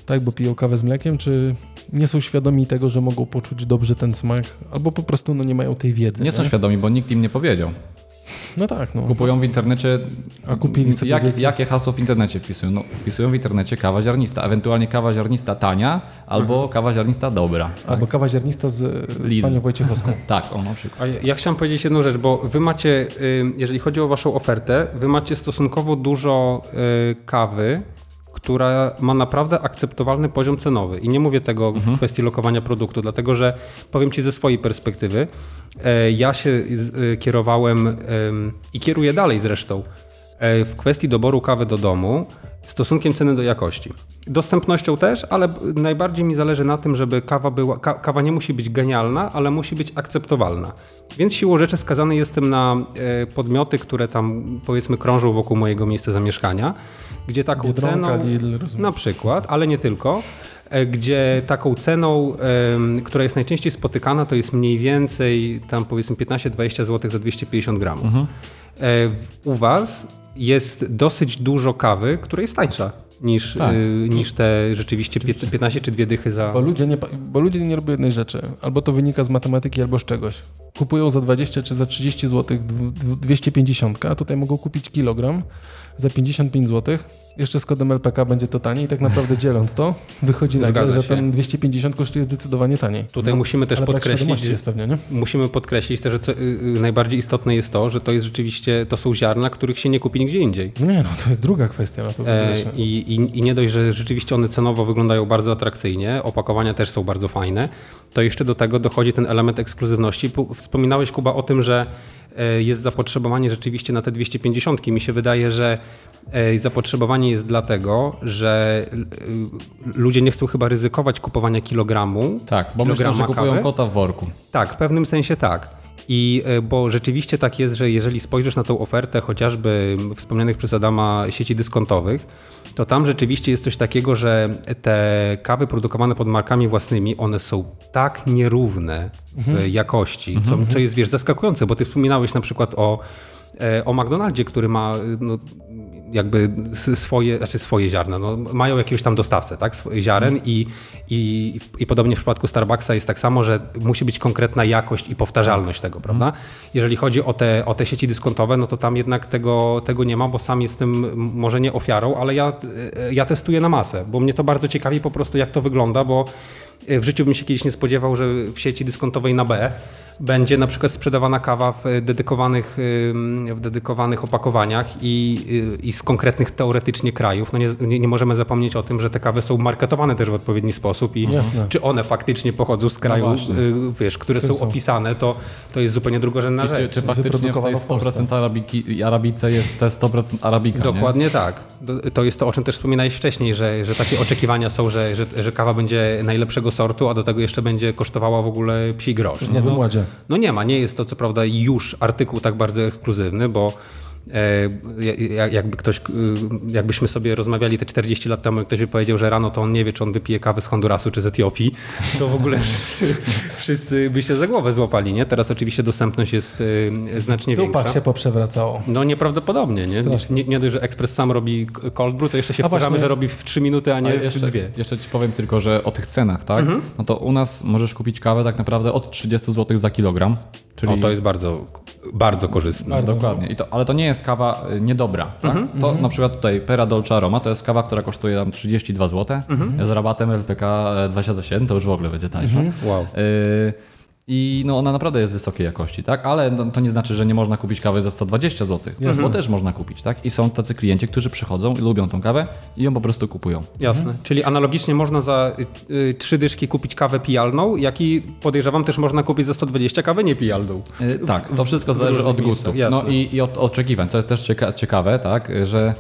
tak, bo piją kawę z mlekiem, czy nie są świadomi tego, że mogą poczuć dobrze ten smak, albo po prostu no, nie mają tej wiedzy. Nie, nie są świadomi, bo nikt im nie powiedział. No tak, no. Kupują w internecie. A kupili sobie jak, wieki. Jakie hasło w internecie wpisują? No, wpisują w internecie kawa ziarnista, ewentualnie kawa ziarnista tania, albo mhm. kawa ziarnista dobra. Tak? Albo kawa ziarnista z, z panią Wojciechowską. Tak, o na przykład. A ja, ja chciałem powiedzieć jedną rzecz, bo wy macie, jeżeli chodzi o waszą ofertę, wy macie stosunkowo dużo kawy, która ma naprawdę akceptowalny poziom cenowy. I nie mówię tego mhm. w kwestii lokowania produktu, dlatego że powiem ci ze swojej perspektywy, ja się kierowałem i kieruję dalej zresztą w kwestii doboru kawy do domu stosunkiem ceny do jakości. Dostępnością też, ale najbardziej mi zależy na tym, żeby kawa była, ka, kawa nie musi być genialna, ale musi być akceptowalna. Więc siłą rzeczy skazany jestem na podmioty, które tam powiedzmy krążą wokół mojego miejsca zamieszkania, gdzie taką Biedronka, ceną, Lidl, rozumiem. na przykład, ale nie tylko, gdzie taką ceną, która jest najczęściej spotykana, to jest mniej więcej tam powiedzmy piętnaście dwadzieścia złotych za dwieście pięćdziesiąt gramów. Mhm. U was jest dosyć dużo kawy, która jest tańsza niż, tak. y, niż te rzeczywiście Oczywiście. piętnaście czy dwie dychy za... Bo ludzie, nie, bo ludzie nie robią jednej rzeczy. Albo to wynika z matematyki, albo z czegoś. Kupują za dwadzieścia czy za trzydzieści złotych dwieście pięćdziesiąt, a tutaj mogą kupić kilogram za pięćdziesiąt pięć złotych. Jeszcze z kodem L P K będzie to taniej i tak naprawdę dzieląc to, wychodzi nagle, że ten dwieście pięćdziesiąt kosztuje zdecydowanie taniej. Tutaj no, musimy też podkreślić, że jest pewnie, nie? musimy podkreślić też, że co, y, najbardziej istotne jest to, że to jest rzeczywiście, to są ziarna, których się nie kupi nigdzie indziej. No nie, no to jest druga kwestia. Na to e, i, i, I nie dość, że rzeczywiście one cenowo wyglądają bardzo atrakcyjnie, opakowania też są bardzo fajne, to jeszcze do tego dochodzi ten element ekskluzywności. Wspominałeś, Kuba, o tym, że jest zapotrzebowanie rzeczywiście na te dwieście pięćdziesiąt. Mi się wydaje, że zapotrzebowanie jest dlatego, że ludzie nie chcą chyba ryzykować kupowania kilogramu. Tak, bo myślą, że kupują kawy. kota w worku. Tak, w pewnym sensie tak. I bo rzeczywiście tak jest, że jeżeli spojrzysz na tą ofertę chociażby wspomnianych przez Adama sieci dyskontowych, to tam rzeczywiście jest coś takiego, że te kawy produkowane pod markami własnymi, one są tak nierówne mhm. w jakości, co, co jest, wiesz, zaskakujące, bo ty wspominałeś na przykład o, o McDonaldzie, który ma no, jakby swoje, znaczy swoje ziarna, no, mają jakiegoś tam dostawcę, tak, ziaren i, i, i podobnie w przypadku Starbucksa jest tak samo, że musi być konkretna jakość i powtarzalność tego, prawda? Jeżeli chodzi o te, o te sieci dyskontowe, no to tam jednak tego, tego nie ma, bo sam jestem może nie ofiarą, ale ja, ja testuję na masę, bo mnie to bardzo ciekawi po prostu jak to wygląda, bo w życiu bym się kiedyś nie spodziewał, że w sieci dyskontowej na B będzie na przykład sprzedawana kawa w dedykowanych, w dedykowanych opakowaniach i, i z konkretnych teoretycznie krajów. No nie, nie, nie możemy zapomnieć o tym, że te kawy są marketowane też w odpowiedni sposób i Jasne. Czy one faktycznie pochodzą z kraju, no wiesz, które są, są opisane, to, to jest zupełnie drugorzędna rzecz. Czy, czy faktycznie w tej sto procent arabiki, arabice jest te sto procent arabika? Dokładnie nie? tak. To jest to, o czym też wspominałeś wcześniej, że, że takie oczekiwania są, że, że, że kawa będzie najlepszego sortu, a do tego jeszcze będzie kosztowała w ogóle psi grosz. W Nowym Ładzie. No nie ma, nie jest to co prawda już artykuł tak bardzo ekskluzywny, bo e, jakby ktoś, jakbyśmy sobie rozmawiali te czterdzieści lat temu, ktoś by powiedział, że rano to on nie wie, czy on wypije kawę z Hondurasu czy z Etiopii, to w ogóle wszyscy, wszyscy by się za głowę złapali, nie? Teraz oczywiście dostępność jest e, znacznie większa. Tupak się poprzewracało. No nieprawdopodobnie, nie? Nie, nie dość, że Ekspres sam robi cold brew, to jeszcze się wkurzamy, że robi w trzy minuty, a nie a jeszcze, w dwie. Jeszcze ci powiem tylko, że o tych cenach, tak? Mhm. No to u nas możesz kupić kawę tak naprawdę od trzydzieści złotych za kilogram. Czyli... O, to jest bardzo, bardzo korzystne. Bardzo dokładnie. I to, ale to nie jest kawa niedobra. Tak? Mm-hmm. To mm-hmm. na przykład tutaj Pera Dolce Aroma to jest kawa, która kosztuje tam trzydzieści dwa złote. Mm-hmm. Z rabatem L P K dwadzieścia dwa siedem to już w ogóle będzie tańsza. Mm-hmm. Wow. Y- I no ona naprawdę jest wysokiej jakości, tak? Ale no, to nie znaczy, że nie można kupić kawy za sto dwadzieścia złotych, Jasne. Bo też można kupić, tak? I są tacy klienci, którzy przychodzą i lubią tą kawę i ją po prostu kupują. Jasne. Mhm. Czyli analogicznie można za y, y, trzy dyszki kupić kawę pijalną, jak i podejrzewam też można kupić za sto dwadzieścia kawę niepijalną. Y, tak, to wszystko w, zależy w od gustów. No i, i od oczekiwań, co jest też cieka- ciekawe, tak? Że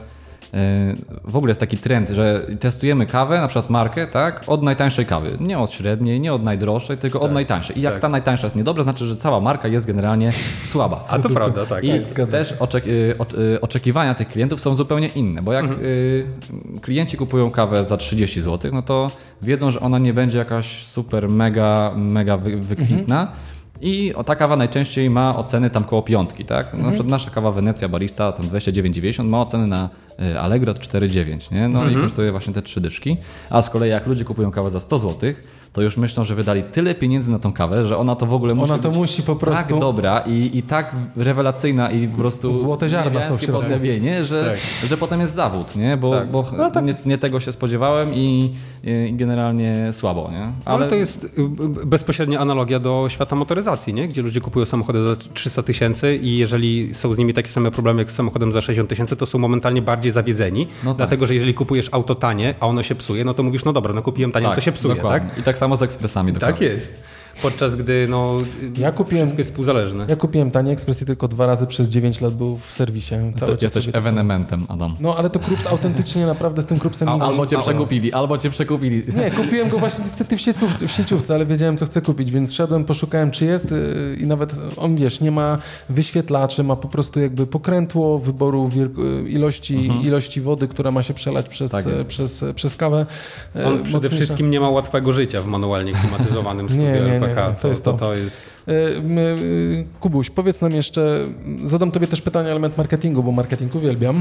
w ogóle jest taki trend, że testujemy kawę, na przykład markę, tak, od najtańszej kawy. Nie od średniej, nie od najdroższej, tylko tak, od najtańszej. I jak tak. ta najtańsza jest niedobra, znaczy, że cała marka jest generalnie słaba. A to prawda, tak. I tak, też oczek- oczekiwania tych klientów są zupełnie inne, bo jak mhm. klienci kupują kawę za trzydzieści złotych, no to wiedzą, że ona nie będzie jakaś super, mega, mega wykwintna. Mhm. I ta kawa najczęściej ma oceny tam koło piątki, tak? Na przykład nasza kawa Wenecja Barista, tam dwadzieścia dziewięć dziewięćdziesiąt, ma oceny na Allegro cztery dziewięć, nie? No mhm. i kosztuje właśnie te trzy dyszki. A z kolei jak ludzie kupują kawę za sto złotych, to już myślą, że wydali tyle pieniędzy na tą kawę, że ona to w ogóle musi ona to być musi po prostu tak dobra i, i tak rewelacyjna i po prostu złote ziarna są w środku. podgabienie, że, tak. że potem jest zawód, nie? Bo, tak. bo no tak. nie, nie tego się spodziewałem i, i generalnie słabo, nie? Ale... Ale to jest bezpośrednia analogia do świata motoryzacji, nie? Gdzie ludzie kupują samochody za trzysta tysięcy i jeżeli są z nimi takie same problemy jak z samochodem za sześćdziesiąt tysięcy, to są momentalnie bardziej zawiedzeni, no tak. dlatego że jeżeli kupujesz auto tanie, a ono się psuje, no to mówisz, no dobra, no kupiłem tanie, tak, to się psuje, dokładnie. tak? I tak samo z ekspresami. Tak jest. Podczas gdy no, ja kupiłem, wszystko jest współzależne. Ja kupiłem tani ekspres i tylko dwa razy przez dziewięć lat był w serwisie. Cały to jesteś ewenementem, Adam. No ale to Krups autentycznie naprawdę z tym Krupsem... Al, albo cię przekupili, albo cię przekupili. Nie, kupiłem go właśnie niestety w, sieciówce, w sieciówce, ale wiedziałem co chcę kupić, więc szedłem, poszukałem czy jest yy, i nawet on, wiesz, nie ma wyświetlaczy, ma po prostu jakby pokrętło wyboru wielko- ilości, mhm. ilości wody, która ma się przelać przez, tak przez, przez kawę. On przede mocniejsza. Wszystkim nie ma łatwego życia w manualnie klimatyzowanym studiu nie, nie, L P H. Nie, to jest to. to, to jest... Kubuś, powiedz nam jeszcze, zadam tobie też pytanie o element marketingu, bo marketing uwielbiam.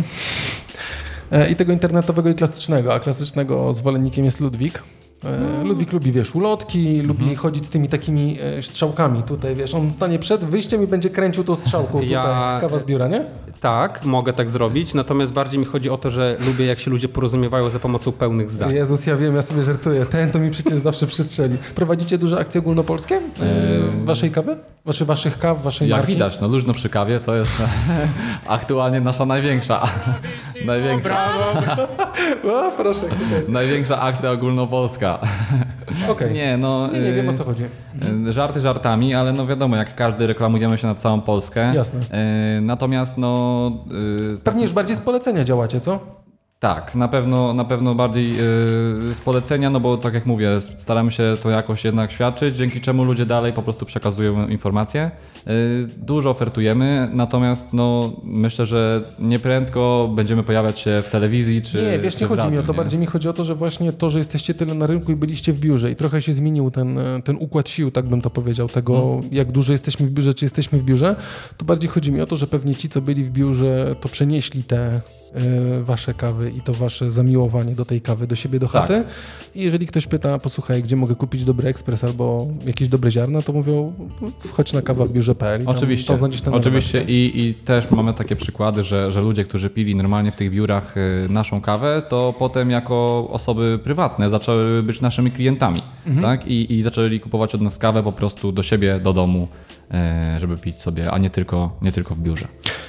I tego internetowego i klasycznego, a klasycznego zwolennikiem jest Ludwik. No. Ludwik lubi, wiesz, ulotki, mhm. lubi chodzić z tymi takimi strzałkami tutaj, wiesz, on stanie przed wyjściem i będzie kręcił tą strzałką tutaj, ja... kawa z biura, nie? Tak, mogę tak zrobić, natomiast bardziej mi chodzi o to, że lubię jak się ludzie porozumiewają za pomocą pełnych zdań. Jezus, ja wiem, ja sobie żartuję, ten to mi przecież zawsze przystrzeli. Prowadzicie duże akcje ogólnopolskie yy... waszej kawy? Znaczy waszych kaw, waszej Jak marki? widać, no luźno przy kawie to jest aktualnie nasza największa największa, brawo. O, proszę. największa akcja ogólnopolska. Okay. Nie, no, nie, nie wiem o co chodzi. Żarty żartami, ale no wiadomo, jak każdy reklamujemy się na całą Polskę. Jasne. Natomiast no... Pewnie już bardziej z polecenia działacie, co? Tak, na pewno, na pewno bardziej yy, z polecenia, no bo tak jak mówię, staramy się to jakoś jednak świadczyć, dzięki czemu ludzie dalej po prostu przekazują informacje. Yy, dużo ofertujemy, natomiast no, myślę, że nieprędko będziemy pojawiać się w telewizji czy Nie, wiesz, czy nie chodzi radiu, mi o to, nie? bardziej mi chodzi o to, że właśnie to, że jesteście tyle na rynku i byliście w biurze i trochę się zmienił ten, ten układ sił, tak bym to powiedział, tego hmm. jak dużo jesteśmy w biurze, czy jesteśmy w biurze, to bardziej chodzi mi o to, że pewnie ci, co byli w biurze, to przenieśli te y, wasze kawy i to wasze zamiłowanie do tej kawy do siebie, do chaty. Tak. I jeżeli ktoś pyta, posłuchaj, gdzie mogę kupić dobry ekspres albo jakieś dobre ziarna, to mówią, wchodź na kawa w biurze kropka p l i oczywiście, tam to znajdziesz ten oczywiście i, i też mamy takie przykłady, że, że ludzie, którzy pili normalnie w tych biurach y, naszą kawę, to potem jako osoby prywatne zaczęły być naszymi klientami, mhm. tak? I, i zaczęli kupować od nas kawę po prostu do siebie, do domu, y, żeby pić sobie, a nie tylko, nie tylko w biurze.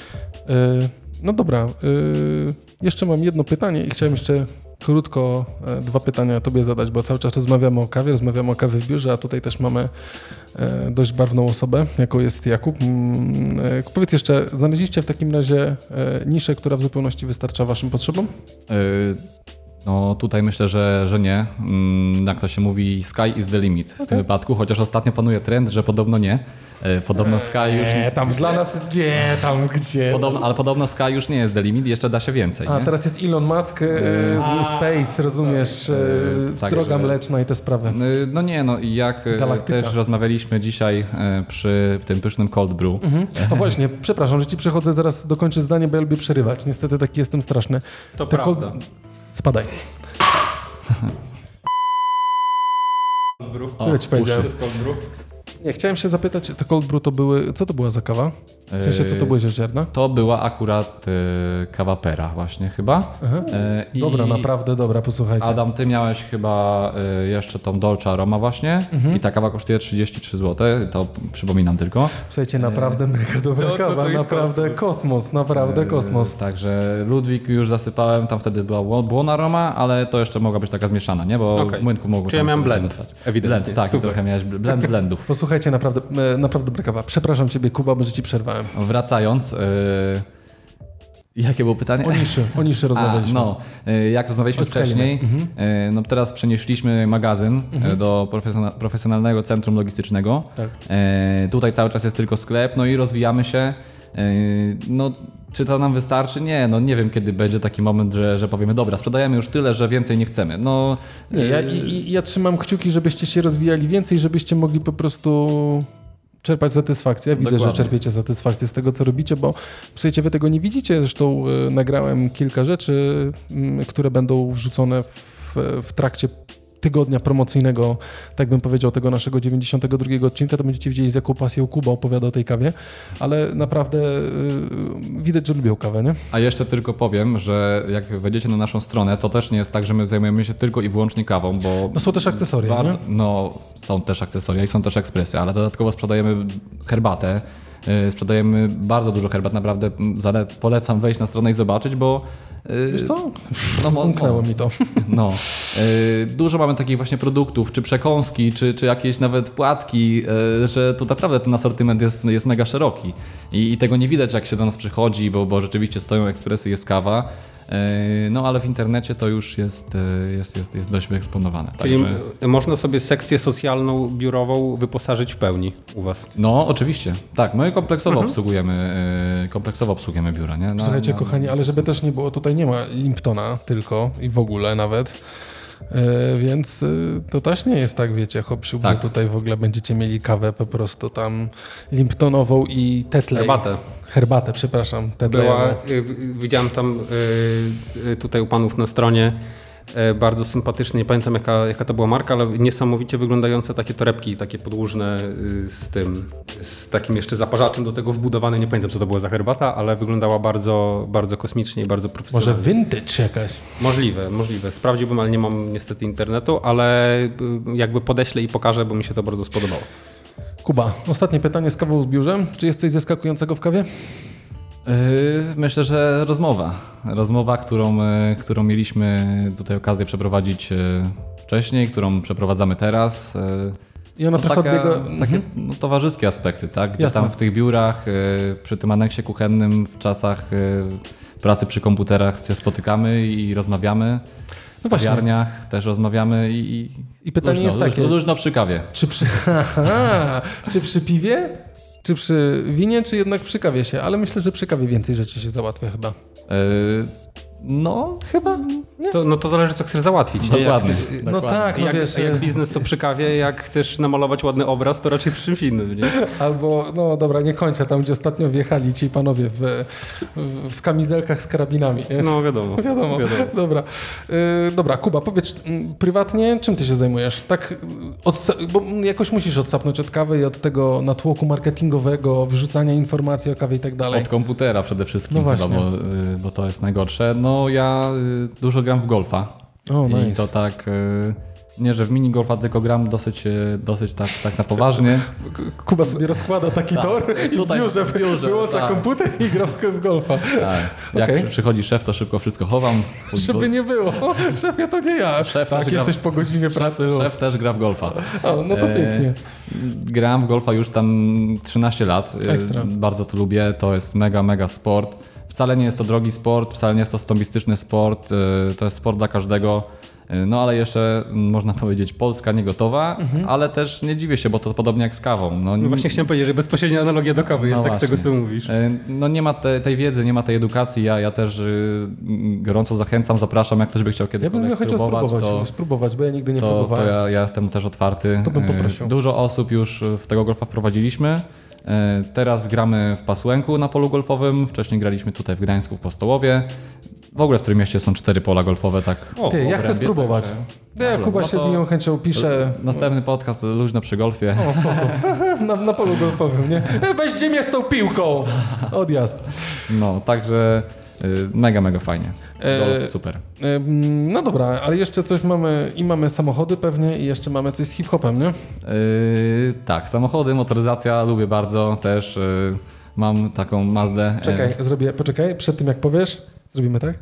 Y- No dobra, yy, jeszcze mam jedno pytanie i chciałem jeszcze krótko e, dwa pytania tobie zadać, bo cały czas rozmawiamy o kawie, rozmawiamy o kawie w biurze, a tutaj też mamy e, dość barwną osobę, jaką jest Jakub. Mm, e, powiedz jeszcze, znaleźliście w takim razie e, niszę, która w zupełności wystarcza waszym potrzebom? Yy, no tutaj myślę, że, że nie. Mm, jak to się mówi, sky is the limit w okay. tym wypadku, chociaż ostatnio panuje trend, że podobno nie. Podobno Sky już... Nie, tam dla nas... Nie, tam gdzie... Podobno, ale podobno Sky już nie jest the limit, jeszcze da się więcej. A, nie? teraz jest Elon Musk, yy, Space, rozumiesz, yy, tak, droga że, mleczna i te sprawy. No nie, no i jak Galaktyka. Też rozmawialiśmy dzisiaj przy tym pysznym cold brew. Mhm. O właśnie, przepraszam, że ci przechodzę, zaraz dokończę zdanie, bo ja lubię przerywać. Niestety taki jestem straszny. To Te prawda. Cold... Spadaj. O, Tyle ci powiedziałem. Cold brew. Nie, chciałem się zapytać, te cold brew to były, co to była za kawa? W sensie, co to były za ziarna? To była akurat y, kawa Pera właśnie chyba. Y, dobra, naprawdę dobra, posłuchajcie. Adam, ty miałeś chyba y, jeszcze tą Dolce Aroma właśnie mhm. i ta kawa kosztuje trzydzieści trzy złote, to przypominam tylko. Słuchajcie, naprawdę mega dobra no, kawa, to to naprawdę kosmos. kosmos, naprawdę kosmos. Y, także Ludwik już zasypałem, tam wtedy była Błon Aroma, ale to jeszcze mogła być taka zmieszana, nie? Bo okay. w młynku mogło Czy ja miałem blend, dostać. Ewidentnie. Blend, tak, trochę miałeś blend blendów. Posłuchajcie, naprawdę, naprawdę dobra kawa. Przepraszam ciebie, Kuba, bo że ci przerwałem. Wracając, yy, jakie było pytanie? O niszy, o niszy rozmawialiśmy. A, no, yy, jak rozmawialiśmy wcześniej, mhm. yy, no teraz przenieśliśmy magazyn mhm. do profesjonal, profesjonalnego centrum logistycznego. Tak. Yy, tutaj cały czas jest tylko sklep, no i rozwijamy się. Yy, no, czy to nam wystarczy? Nie, no nie wiem, kiedy będzie taki moment, że, że powiemy, dobra, sprzedajemy już tyle, że więcej nie chcemy. No, nie, ja, i, ja trzymam kciuki, żebyście się rozwijali więcej, żebyście mogli po prostu czerpać satysfakcję. Ja widzę, Dokładnie. że czerpiecie satysfakcję z tego, co robicie, bo słuchajcie, wy tego nie widzicie. Zresztą y, nagrałem kilka rzeczy, y, które będą wrzucone w, w trakcie tygodnia promocyjnego, tak bym powiedział, tego naszego dziewięćdziesiątego drugiego odcinka, to będziecie widzieli, z jaką pasją Kuba opowiada o tej kawie, ale naprawdę yy, widać, że lubią kawę, nie? A jeszcze tylko powiem, że jak wejdziecie na naszą stronę, to też nie jest tak, że my zajmujemy się tylko i wyłącznie kawą, bo... No są też akcesoria, bardzo, nie? No, są też akcesoria i są też ekspresy, ale dodatkowo sprzedajemy herbatę, yy, sprzedajemy bardzo dużo herbat, naprawdę zale- polecam wejść na stronę i zobaczyć, bo Wiesz co? No, mo- Umknęło mi to. No. Yy, dużo mamy takich właśnie produktów, czy przekąski, czy, czy jakieś nawet płatki, yy, że tu naprawdę ten asortyment jest, jest mega szeroki. I, I tego nie widać, jak się do nas przychodzi, bo, bo rzeczywiście stoją ekspresy, jest kawa. Yy, no ale w internecie to już jest, yy, jest, jest, jest dość wyeksponowane. Czyli Także... można sobie sekcję socjalną, biurową wyposażyć w pełni u was. No, oczywiście. Tak, my kompleksowo mhm. obsługujemy yy, kompleksowo obsługujemy biura. Nie? Na, Słuchajcie, na... kochani, ale żeby też nie było, tutaj nie ma Limptona tylko i w ogóle nawet. Yy, więc yy, to też nie jest tak, wiecie, hop, siup, Tak. że tutaj w ogóle będziecie mieli kawę po prostu tam Limptonową i Tetley. Herbatę. Herbatę, przepraszam. Była, y, widziałem tam y, y, tutaj u panów na stronie y, bardzo sympatycznie, nie pamiętam jaka, jaka to była marka, ale niesamowicie wyglądające takie torebki, takie podłużne y, z tym, z takim jeszcze zaparzaczem do tego wbudowany, nie pamiętam co to była za herbata, ale wyglądała bardzo, bardzo kosmicznie i bardzo profesjonalnie. Może vintage jakaś? Możliwe, możliwe. Sprawdziłbym, ale nie mam niestety internetu, ale y, jakby podeślę i pokażę, bo mi się to bardzo spodobało. Kuba, ostatnie pytanie z kawą z biurze. Czy jest coś zaskakującego w kawie? Yy, myślę, że rozmowa. Rozmowa, którą, yy, którą mieliśmy tutaj okazję przeprowadzić yy, wcześniej, którą przeprowadzamy teraz. Yy, I ona no trochę taka, odbiega... Takie Mhm. no, towarzyskie aspekty, tak? Gdzie Jasne. tam w tych biurach, yy, przy tym aneksie kuchennym, w czasach yy, pracy przy komputerach się spotykamy i rozmawiamy. W No właśnie. kawiarniach też rozmawiamy i, I pytanie luźno, jest takie- luźno, luźno przy kawie. Czy przy... Aha, czy przy piwie? Czy przy winie, czy jednak przy kawie się? Ale myślę, że przy kawie więcej rzeczy się załatwia chyba. Yy, no, Chyba? Nie. To, no to zależy co chcesz załatwić. Nie? Jak dokładnie. chcesz- No dokładnie. tak, no Jak, wiesz... jak biznes to przy kawie, jak chcesz namalować ładny obraz, to raczej przy czymś innym, nie? Albo, no dobra, nie kończę, tam gdzie ostatnio wjechali ci panowie w, w, w kamizelkach z karabinami. Nie? No wiadomo. Wiadomo. wiadomo. Dobra. Yy, dobra, Kuba, powiedz mm, prywatnie, czym ty się zajmujesz? Tak, odsa- bo jakoś musisz odsapnąć od kawy i od tego natłoku marketingowego, wrzucania informacji o kawie i tak dalej. Od komputera przede wszystkim, No chyba, właśnie. bo, y, bo to jest najgorsze. No ja y, dużo gram w golfa. O, I nice. to tak, y, nie że w minigolfa, tylko gram dosyć, y, dosyć tak, tak na poważnie. Kuba sobie rozkłada taki Tak. tor i Tutaj w biurze, w biurze, wyłącza tak. komputer i gra w, w golfa. Tak. Jak Okej. przy- przychodzi szef, to szybko wszystko chowam. Żeby nie było. Szefie, to nie ja. Szef tak, też gra- jesteś po godzinie pracy. los. Szef też gra w golfa. O, no to E, pięknie. Gram w golfa już tam trzynaście lat. Y, Ekstra. Bardzo to lubię. To jest mega, mega sport. Wcale nie jest to drogi sport, wcale nie jest to stombistyczny sport. y, To jest sport dla każdego. Y, No ale jeszcze mm, można powiedzieć Polska nie gotowa, Mhm. ale też nie dziwię się, bo to podobnie jak z kawą. No, No właśnie chciałem powiedzieć, że bezpośrednia analogia do kawy jest No tak z tego, właśnie. co mówisz. Y, No nie ma te, tej wiedzy, nie ma tej edukacji. Ja, ja też y, gorąco zachęcam, zapraszam, jak ktoś by chciał Ja bym kiedykolwiek miał chęcią spróbować, spróbować, to, spróbować, bo ja nigdy nie to, to próbowałem. ja, ja jestem też otwarty. To bym Y, poprosił. Dużo osób już w tego golfa wprowadziliśmy. Y, Teraz gramy w Pasłęku na polu golfowym. Wcześniej graliśmy tutaj w Gdańsku w Postołowie. W ogóle w którym mieście są cztery pola golfowe, tak. O, Ty, ja chcę obrębie, spróbować. także- Ja, Kuba No się to- z miłą chęcią pisze. Następny podcast luźno przy golfie. O, spoko. na, na polu golfowym, nie? E, Weźcie mnie z tą piłką! Odjazd. No, także y, mega, mega fajnie. E, Golf super. Ym, No dobra, ale jeszcze coś mamy, i mamy samochody pewnie, i jeszcze mamy coś z hip-hopem, nie? Yy, tak, samochody, motoryzacja lubię bardzo też. Yy, mam taką Mazdę. Czekaj, zrobię, poczekaj, przed tym jak powiesz, zrobimy tak?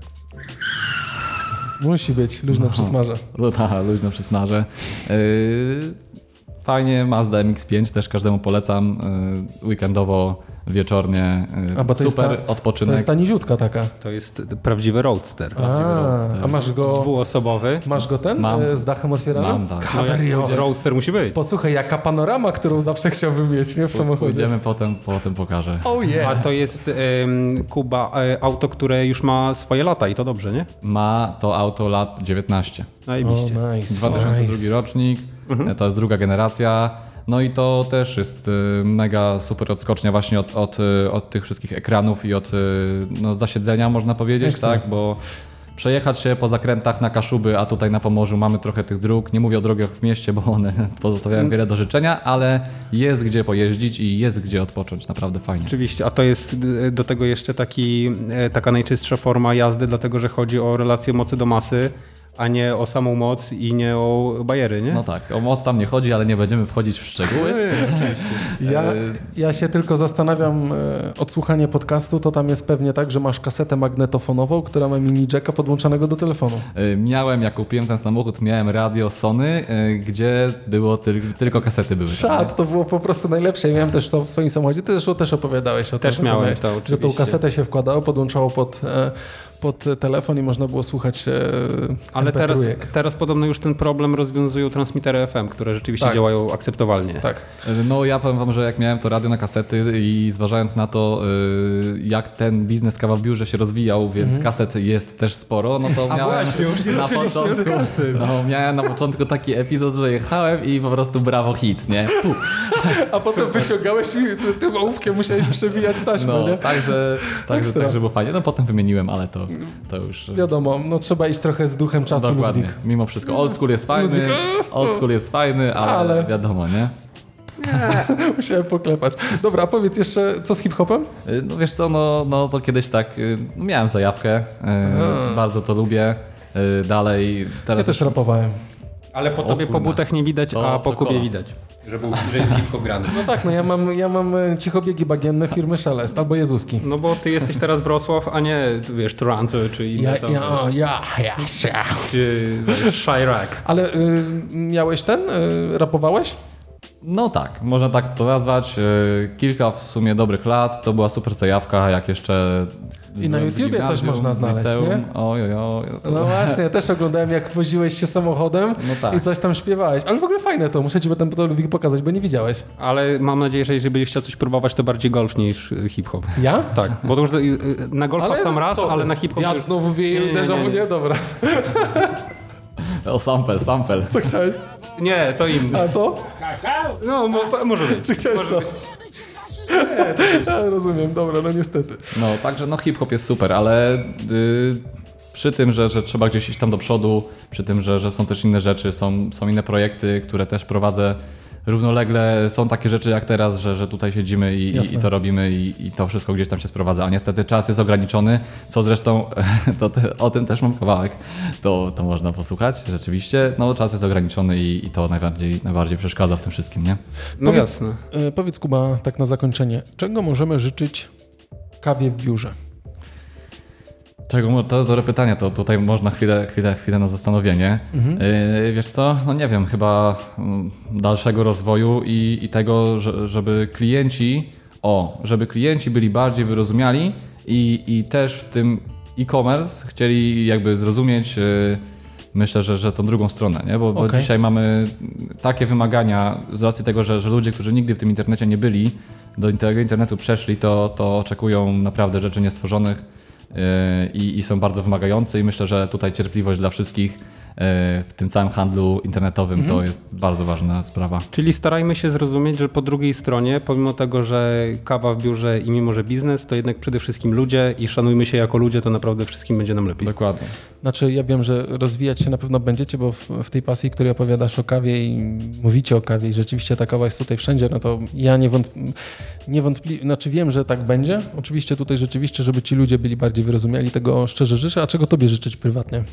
Musi być, luźno przysmażę. Yy, ta, luźno przysmażę. Yy, fajnie, Mazda M X pięć też każdemu polecam. Yy, weekendowo, wieczornie. Yy, A, bo to jest super ta- To odpoczynek. jest ta niziutka taka. To jest prawdziwy roadster. A, a masz go, Dwuosobowy. masz go ten Mam. e, z dachem otwieranym? Mam, tak. No jak Cabrio. będzie roadster musi być. Posłuchaj, jaka panorama, którą zawsze chciałbym mieć, nie? W samochodzie. Pójdziemy potem, potem pokażę. Oh A yeah. to jest em, Kuba, e, auto, które już ma swoje lata i to dobrze, nie? Ma to auto lat dziewiętnaście. Zajebiście. Oh, nice. dwa tysiące drugi nice. rocznik, Mhm. to jest druga generacja. No i to też jest mega super odskocznia właśnie od, od, od tych wszystkich ekranów i od no, zasiedzenia, można powiedzieć, Ekstra. tak, bo przejechać się po zakrętach na Kaszuby, a tutaj na Pomorzu mamy trochę tych dróg. Nie mówię o drogach w mieście, bo one pozostawiają wiele do życzenia, ale jest gdzie pojeździć i jest gdzie odpocząć. Naprawdę fajnie. Oczywiście, a to jest do tego jeszcze taki, taka najczystsza forma jazdy, dlatego że chodzi o relację mocy do masy, a nie o samą moc i nie o bajery, nie? No tak, o moc tam nie chodzi, ale nie będziemy wchodzić w szczegóły. Ja, ja się tylko zastanawiam, odsłuchanie podcastu to tam jest pewnie tak, że masz kasetę magnetofonową, która ma mini jacka podłączonego do telefonu. Miałem, jak kupiłem ten samochód, miałem radio Sony, gdzie było tyl, tylko kasety były. Szat, to było po prostu najlepsze. Ja miałem też w swoim samochodzie, ty też, też opowiadałeś o tym. Też miałem miałeś, to oczywiście. Że tą kasetę się wkładało, podłączało pod... pod telefon i można było słuchać e, Ale teraz, teraz podobno już ten problem rozwiązują transmitery F M, które rzeczywiście tak. działają akceptowalnie. Tak. No ja powiem wam, że jak miałem to radio na kasety i zważając na to, jak ten biznes kawa w biurze się rozwijał, więc mm. kaset jest też sporo, no to A miałem właśnie, na początku no, miałem na początku taki epizod, że jechałem i po prostu brawo hit, nie? Puh. A potem wyciągałeś i tym ołówkiem musiałeś przewijać taśmę, no, nie? Także, także, także było fajnie. No potem wymieniłem, ale to To już... Wiadomo, no trzeba iść trochę z duchem czasu. Dokładnie, Ludwik. Mimo wszystko. Old school jest fajny, old school jest fajny, ale, ale... wiadomo, nie? Nie, musiałem poklepać. Dobra, a powiedz jeszcze, co z hip-hopem? No wiesz co, no, no to kiedyś tak, no miałem zajawkę, yy, bardzo to lubię, yy, dalej... Teraz ja też rapowałem. Ale po tobie po butach nie widać, to, a po Kubie widać. Że, był, że jest hip-hop grany. No tak, no ja mam, ja mam cichobiegi bagienne firmy Szelest albo Jezuski. No bo ty jesteś teraz Wrocław, a nie, wiesz, Toronto czy inne ja, tam, ja, wiesz, ja, ja, ja. Czy Chirac. Ale y, miałeś ten? Y, rapowałeś? No tak, można tak to nazwać. Kilka w sumie dobrych lat, to była super zajawka, jak jeszcze... I na YouTubie coś można znaleźć, liceum. nie? Oj, oj, oj. No właśnie, ja też oglądałem, jak woziłeś się samochodem no tak. i coś tam śpiewałeś. Ale w ogóle fajne to, muszę ci potem to pokazać, bo nie widziałeś. Ale mam nadzieję, że jeżeli będziesz chciał coś próbować, to bardziej golf niż hip-hop. Ja? Tak, bo to już na golfa ale sam raz, ale na hip-hop... Ja znowu wieje, uderzał, nie, nie, nie, dobra. O, sample, sample. Co chciałeś? Nie, to inny. A to? No, mo- może być. Czy chciałeś może to? Być. Ja rozumiem, dobra, no niestety. No, także no hip-hop jest super, ale yy, przy tym, że, że trzeba gdzieś iść tam do przodu, przy tym, że, że są też inne rzeczy, są, są inne projekty, które też prowadzę równolegle, są takie rzeczy jak teraz, że, że tutaj siedzimy i, i, i to robimy i, i to wszystko gdzieś tam się sprowadza, a niestety czas jest ograniczony, co zresztą, to te, o tym też mam kawałek, to, to można posłuchać, rzeczywiście, no czas jest ograniczony i, i to najbardziej, najbardziej przeszkadza w tym wszystkim, nie? No powiedz, jasne. Y, powiedz Kuba, tak na zakończenie, czego możemy życzyć kawie w biurze? Czego, to jest dobre pytanie, to tutaj można chwilę, chwilę, chwilę na zastanowienie. Mhm. Yy, wiesz co, no nie wiem, chyba dalszego rozwoju i, i tego, że, żeby klienci, o, żeby klienci byli bardziej wyrozumiali i, i też w tym e-commerce chcieli jakby zrozumieć, yy, myślę, że, że tą drugą stronę, nie? Bo, bo okay. dzisiaj mamy takie wymagania z racji tego, że, że ludzie, którzy nigdy w tym internecie nie byli, do tego internetu przeszli, to, to oczekują naprawdę rzeczy niestworzonych. I, i są bardzo wymagające i myślę, że tutaj cierpliwość dla wszystkich w tym całym handlu internetowym mhm. to jest bardzo ważna sprawa. Czyli starajmy się zrozumieć, że po drugiej stronie, pomimo tego, że kawa w biurze i mimo, że biznes, to jednak przede wszystkim ludzie i szanujmy się jako ludzie, to naprawdę wszystkim będzie nam lepiej. Dokładnie. Znaczy ja wiem, że rozwijać się na pewno będziecie, bo w, w tej pasji, której opowiadasz o kawie i mówicie o kawie i rzeczywiście ta kawa jest tutaj wszędzie, no to ja niewątpliwie, niewątpli- znaczy wiem, że tak będzie. Oczywiście tutaj rzeczywiście, żeby ci ludzie byli bardziej wyrozumiali, tego szczerze życzę. A czego tobie życzyć prywatnie?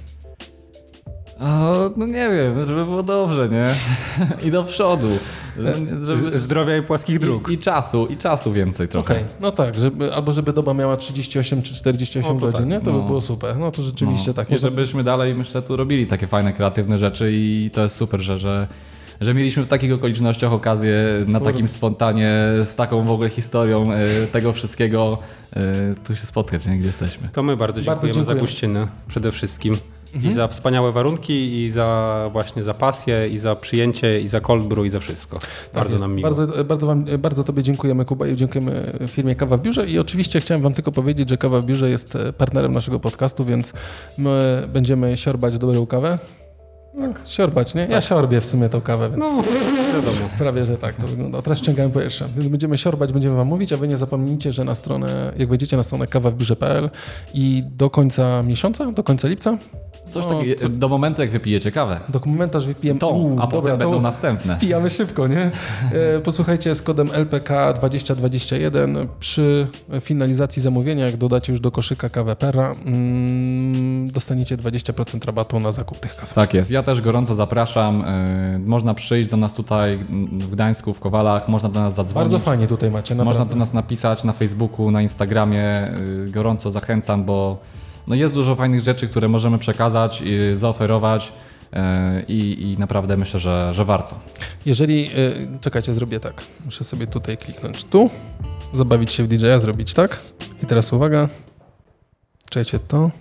O, no nie wiem, żeby było dobrze, nie? I do przodu. Żeby... Zdrowia i płaskich dróg. I, i czasu, i czasu więcej trochę. Okej, okay. No tak, żeby, albo żeby doba miała trzydzieści osiem czy czterdzieści osiem godzin, tak. nie? To no. by było super. No to rzeczywiście no. tak. I żebyśmy dalej, myślę, tu robili takie fajne, kreatywne rzeczy i to jest super, że, że, że mieliśmy w takich okolicznościach okazję na takim spontanie, z taką w ogóle historią tego wszystkiego tu się spotkać, nie? Gdzie jesteśmy. To my bardzo dziękujemy, bardzo dziękuję. za gościnę przede wszystkim. Mhm. I za wspaniałe warunki, i za właśnie za pasję, i za przyjęcie, i za cold brew, i za wszystko. Tak bardzo jest. nam miło. Bardzo, bardzo, wam, bardzo Tobie dziękujemy, Kuba, i dziękujemy firmie Kawa w Biurze. I oczywiście chciałem Wam tylko powiedzieć, że Kawa w Biurze jest partnerem naszego podcastu, więc my będziemy siorbać dobrą kawę. Tak, siorbać, nie? Ja siorbię w sumie tą kawę, więc No, wiadomo. prawie, że tak to wygląda. Teraz ściągałem powietrze, więc będziemy siorbać, będziemy wam mówić, a wy nie zapomnijcie, że na stronę, jak wejdziecie na stronę kawa w biurze kropka p l i do końca miesiąca, do końca lipca, Coś no, takiego, co- do momentu jak wypijecie kawę. dokumentarz wypijem. Tą, Uuu, a potem dobra, będą to następne. Spijamy szybko, nie? E, Posłuchajcie z kodem L P K dwadzieścia dwadzieścia jeden przy finalizacji zamówienia, jak dodacie już do koszyka kawę Perra, mm, dostaniecie dwadzieścia procent rabatu na zakup tych kaw. Tak jest. Ja też gorąco zapraszam. Yy, można przyjść do nas tutaj w Gdańsku, w Kowalach. Można do nas zadzwonić. Bardzo fajnie tutaj macie, naprawdę. Można do nas napisać na Facebooku, na Instagramie. Yy, gorąco zachęcam, bo no jest dużo fajnych rzeczy, które możemy przekazać i zaoferować. I, i naprawdę myślę, że, że warto. Jeżeli, yy, czekajcie, zrobię tak. Muszę sobie tutaj kliknąć tu, zabawić się w D J a, zrobić tak. I teraz uwaga. Czekajcie, to.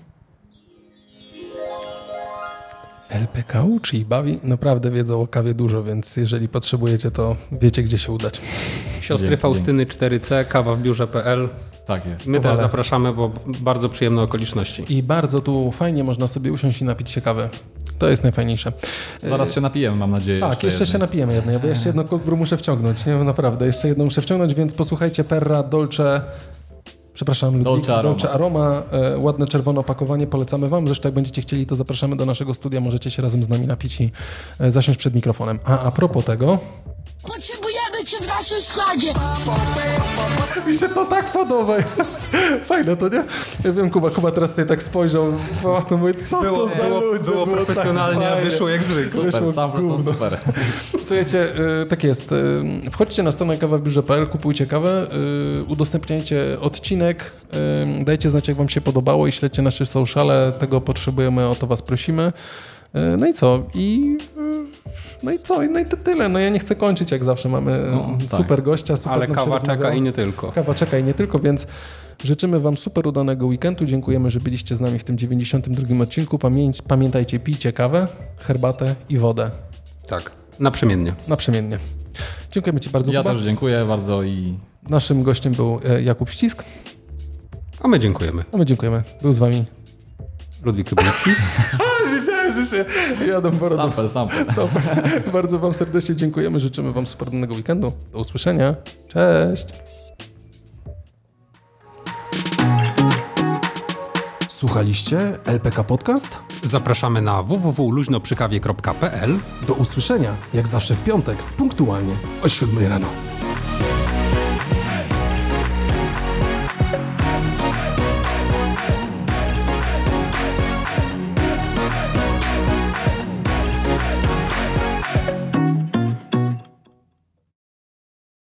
L P K uczy i bawi. Naprawdę wiedzą o kawie dużo, więc jeżeli potrzebujecie, to wiecie, gdzie się udać. Siostry Dzięki, Faustyny cztery C, kawa w biurze kropka p l. Tak jest. My Kowale. też zapraszamy, bo bardzo przyjemne okoliczności. I bardzo tu fajnie można sobie usiąść i napić się kawy. To jest najfajniejsze. Zaraz się napijemy, mam nadzieję. Tak, jeszcze, się jednej. napijemy jednej, bo jeszcze jedno cold brew muszę wciągnąć, nie? Naprawdę, jeszcze jedno muszę wciągnąć, więc posłuchajcie Perra, Dolce, przepraszam, Ludwik, Dolce Aroma. Dolce Aroma, e, ładne czerwone opakowanie, polecamy wam, zresztą jak będziecie chcieli, to zapraszamy do naszego studia, możecie się razem z nami napić i e, zasiąść przed mikrofonem. A a propos tego... Potrzebujemy cię w naszym składzie. Mi się to tak podoba. Fajne to, nie? Ja wiem, Kuba, Kuba teraz tutaj tak spojrzał własną, mówi, co Było, to za było, ludzie? było tak profesjonalnie, a fajnie. wyszło jak zwykle. Super, Wyszło sample są gówno. super. Słuchajcie, y, tak jest. Y, wchodźcie na stronę kawa w biurze kropka p l, kupujcie kawę, y, udostępniajcie odcinek, y, dajcie znać, jak wam się podobało i śledźcie nasze sociale, tego potrzebujemy, o to was prosimy. Y, no i co? I y, no i co? No i to tyle. No ja nie chcę kończyć, jak zawsze mamy No, y, tak. super gościa, super Ale nam się kawa czeka rozmawia. i nie tylko. Kawa czeka i nie tylko, więc życzymy wam super udanego weekendu. Dziękujemy, że byliście z nami w tym dziewięćdziesiątym drugim odcinku. Pamię- pamiętajcie, pijcie kawę, herbatę i wodę. Tak, naprzemiennie. Naprzemiennie. Dziękujemy ci bardzo, Ja Kuba. też dziękuję bardzo i Naszym gościem był e, Jakub Ścisk, A my dziękujemy. a my dziękujemy. Był z wami. Ludwik Chybiński. Wiedziałem, że się jadą borodów. sample, sample. Bardzo wam serdecznie dziękujemy. Życzymy wam super udanego weekendu. Do usłyszenia. Cześć. Słuchaliście L P K Podcast? Zapraszamy na w w w kropka luźnoprzykawie kropka p l. Do usłyszenia, jak zawsze w piątek, punktualnie o siódmej rano.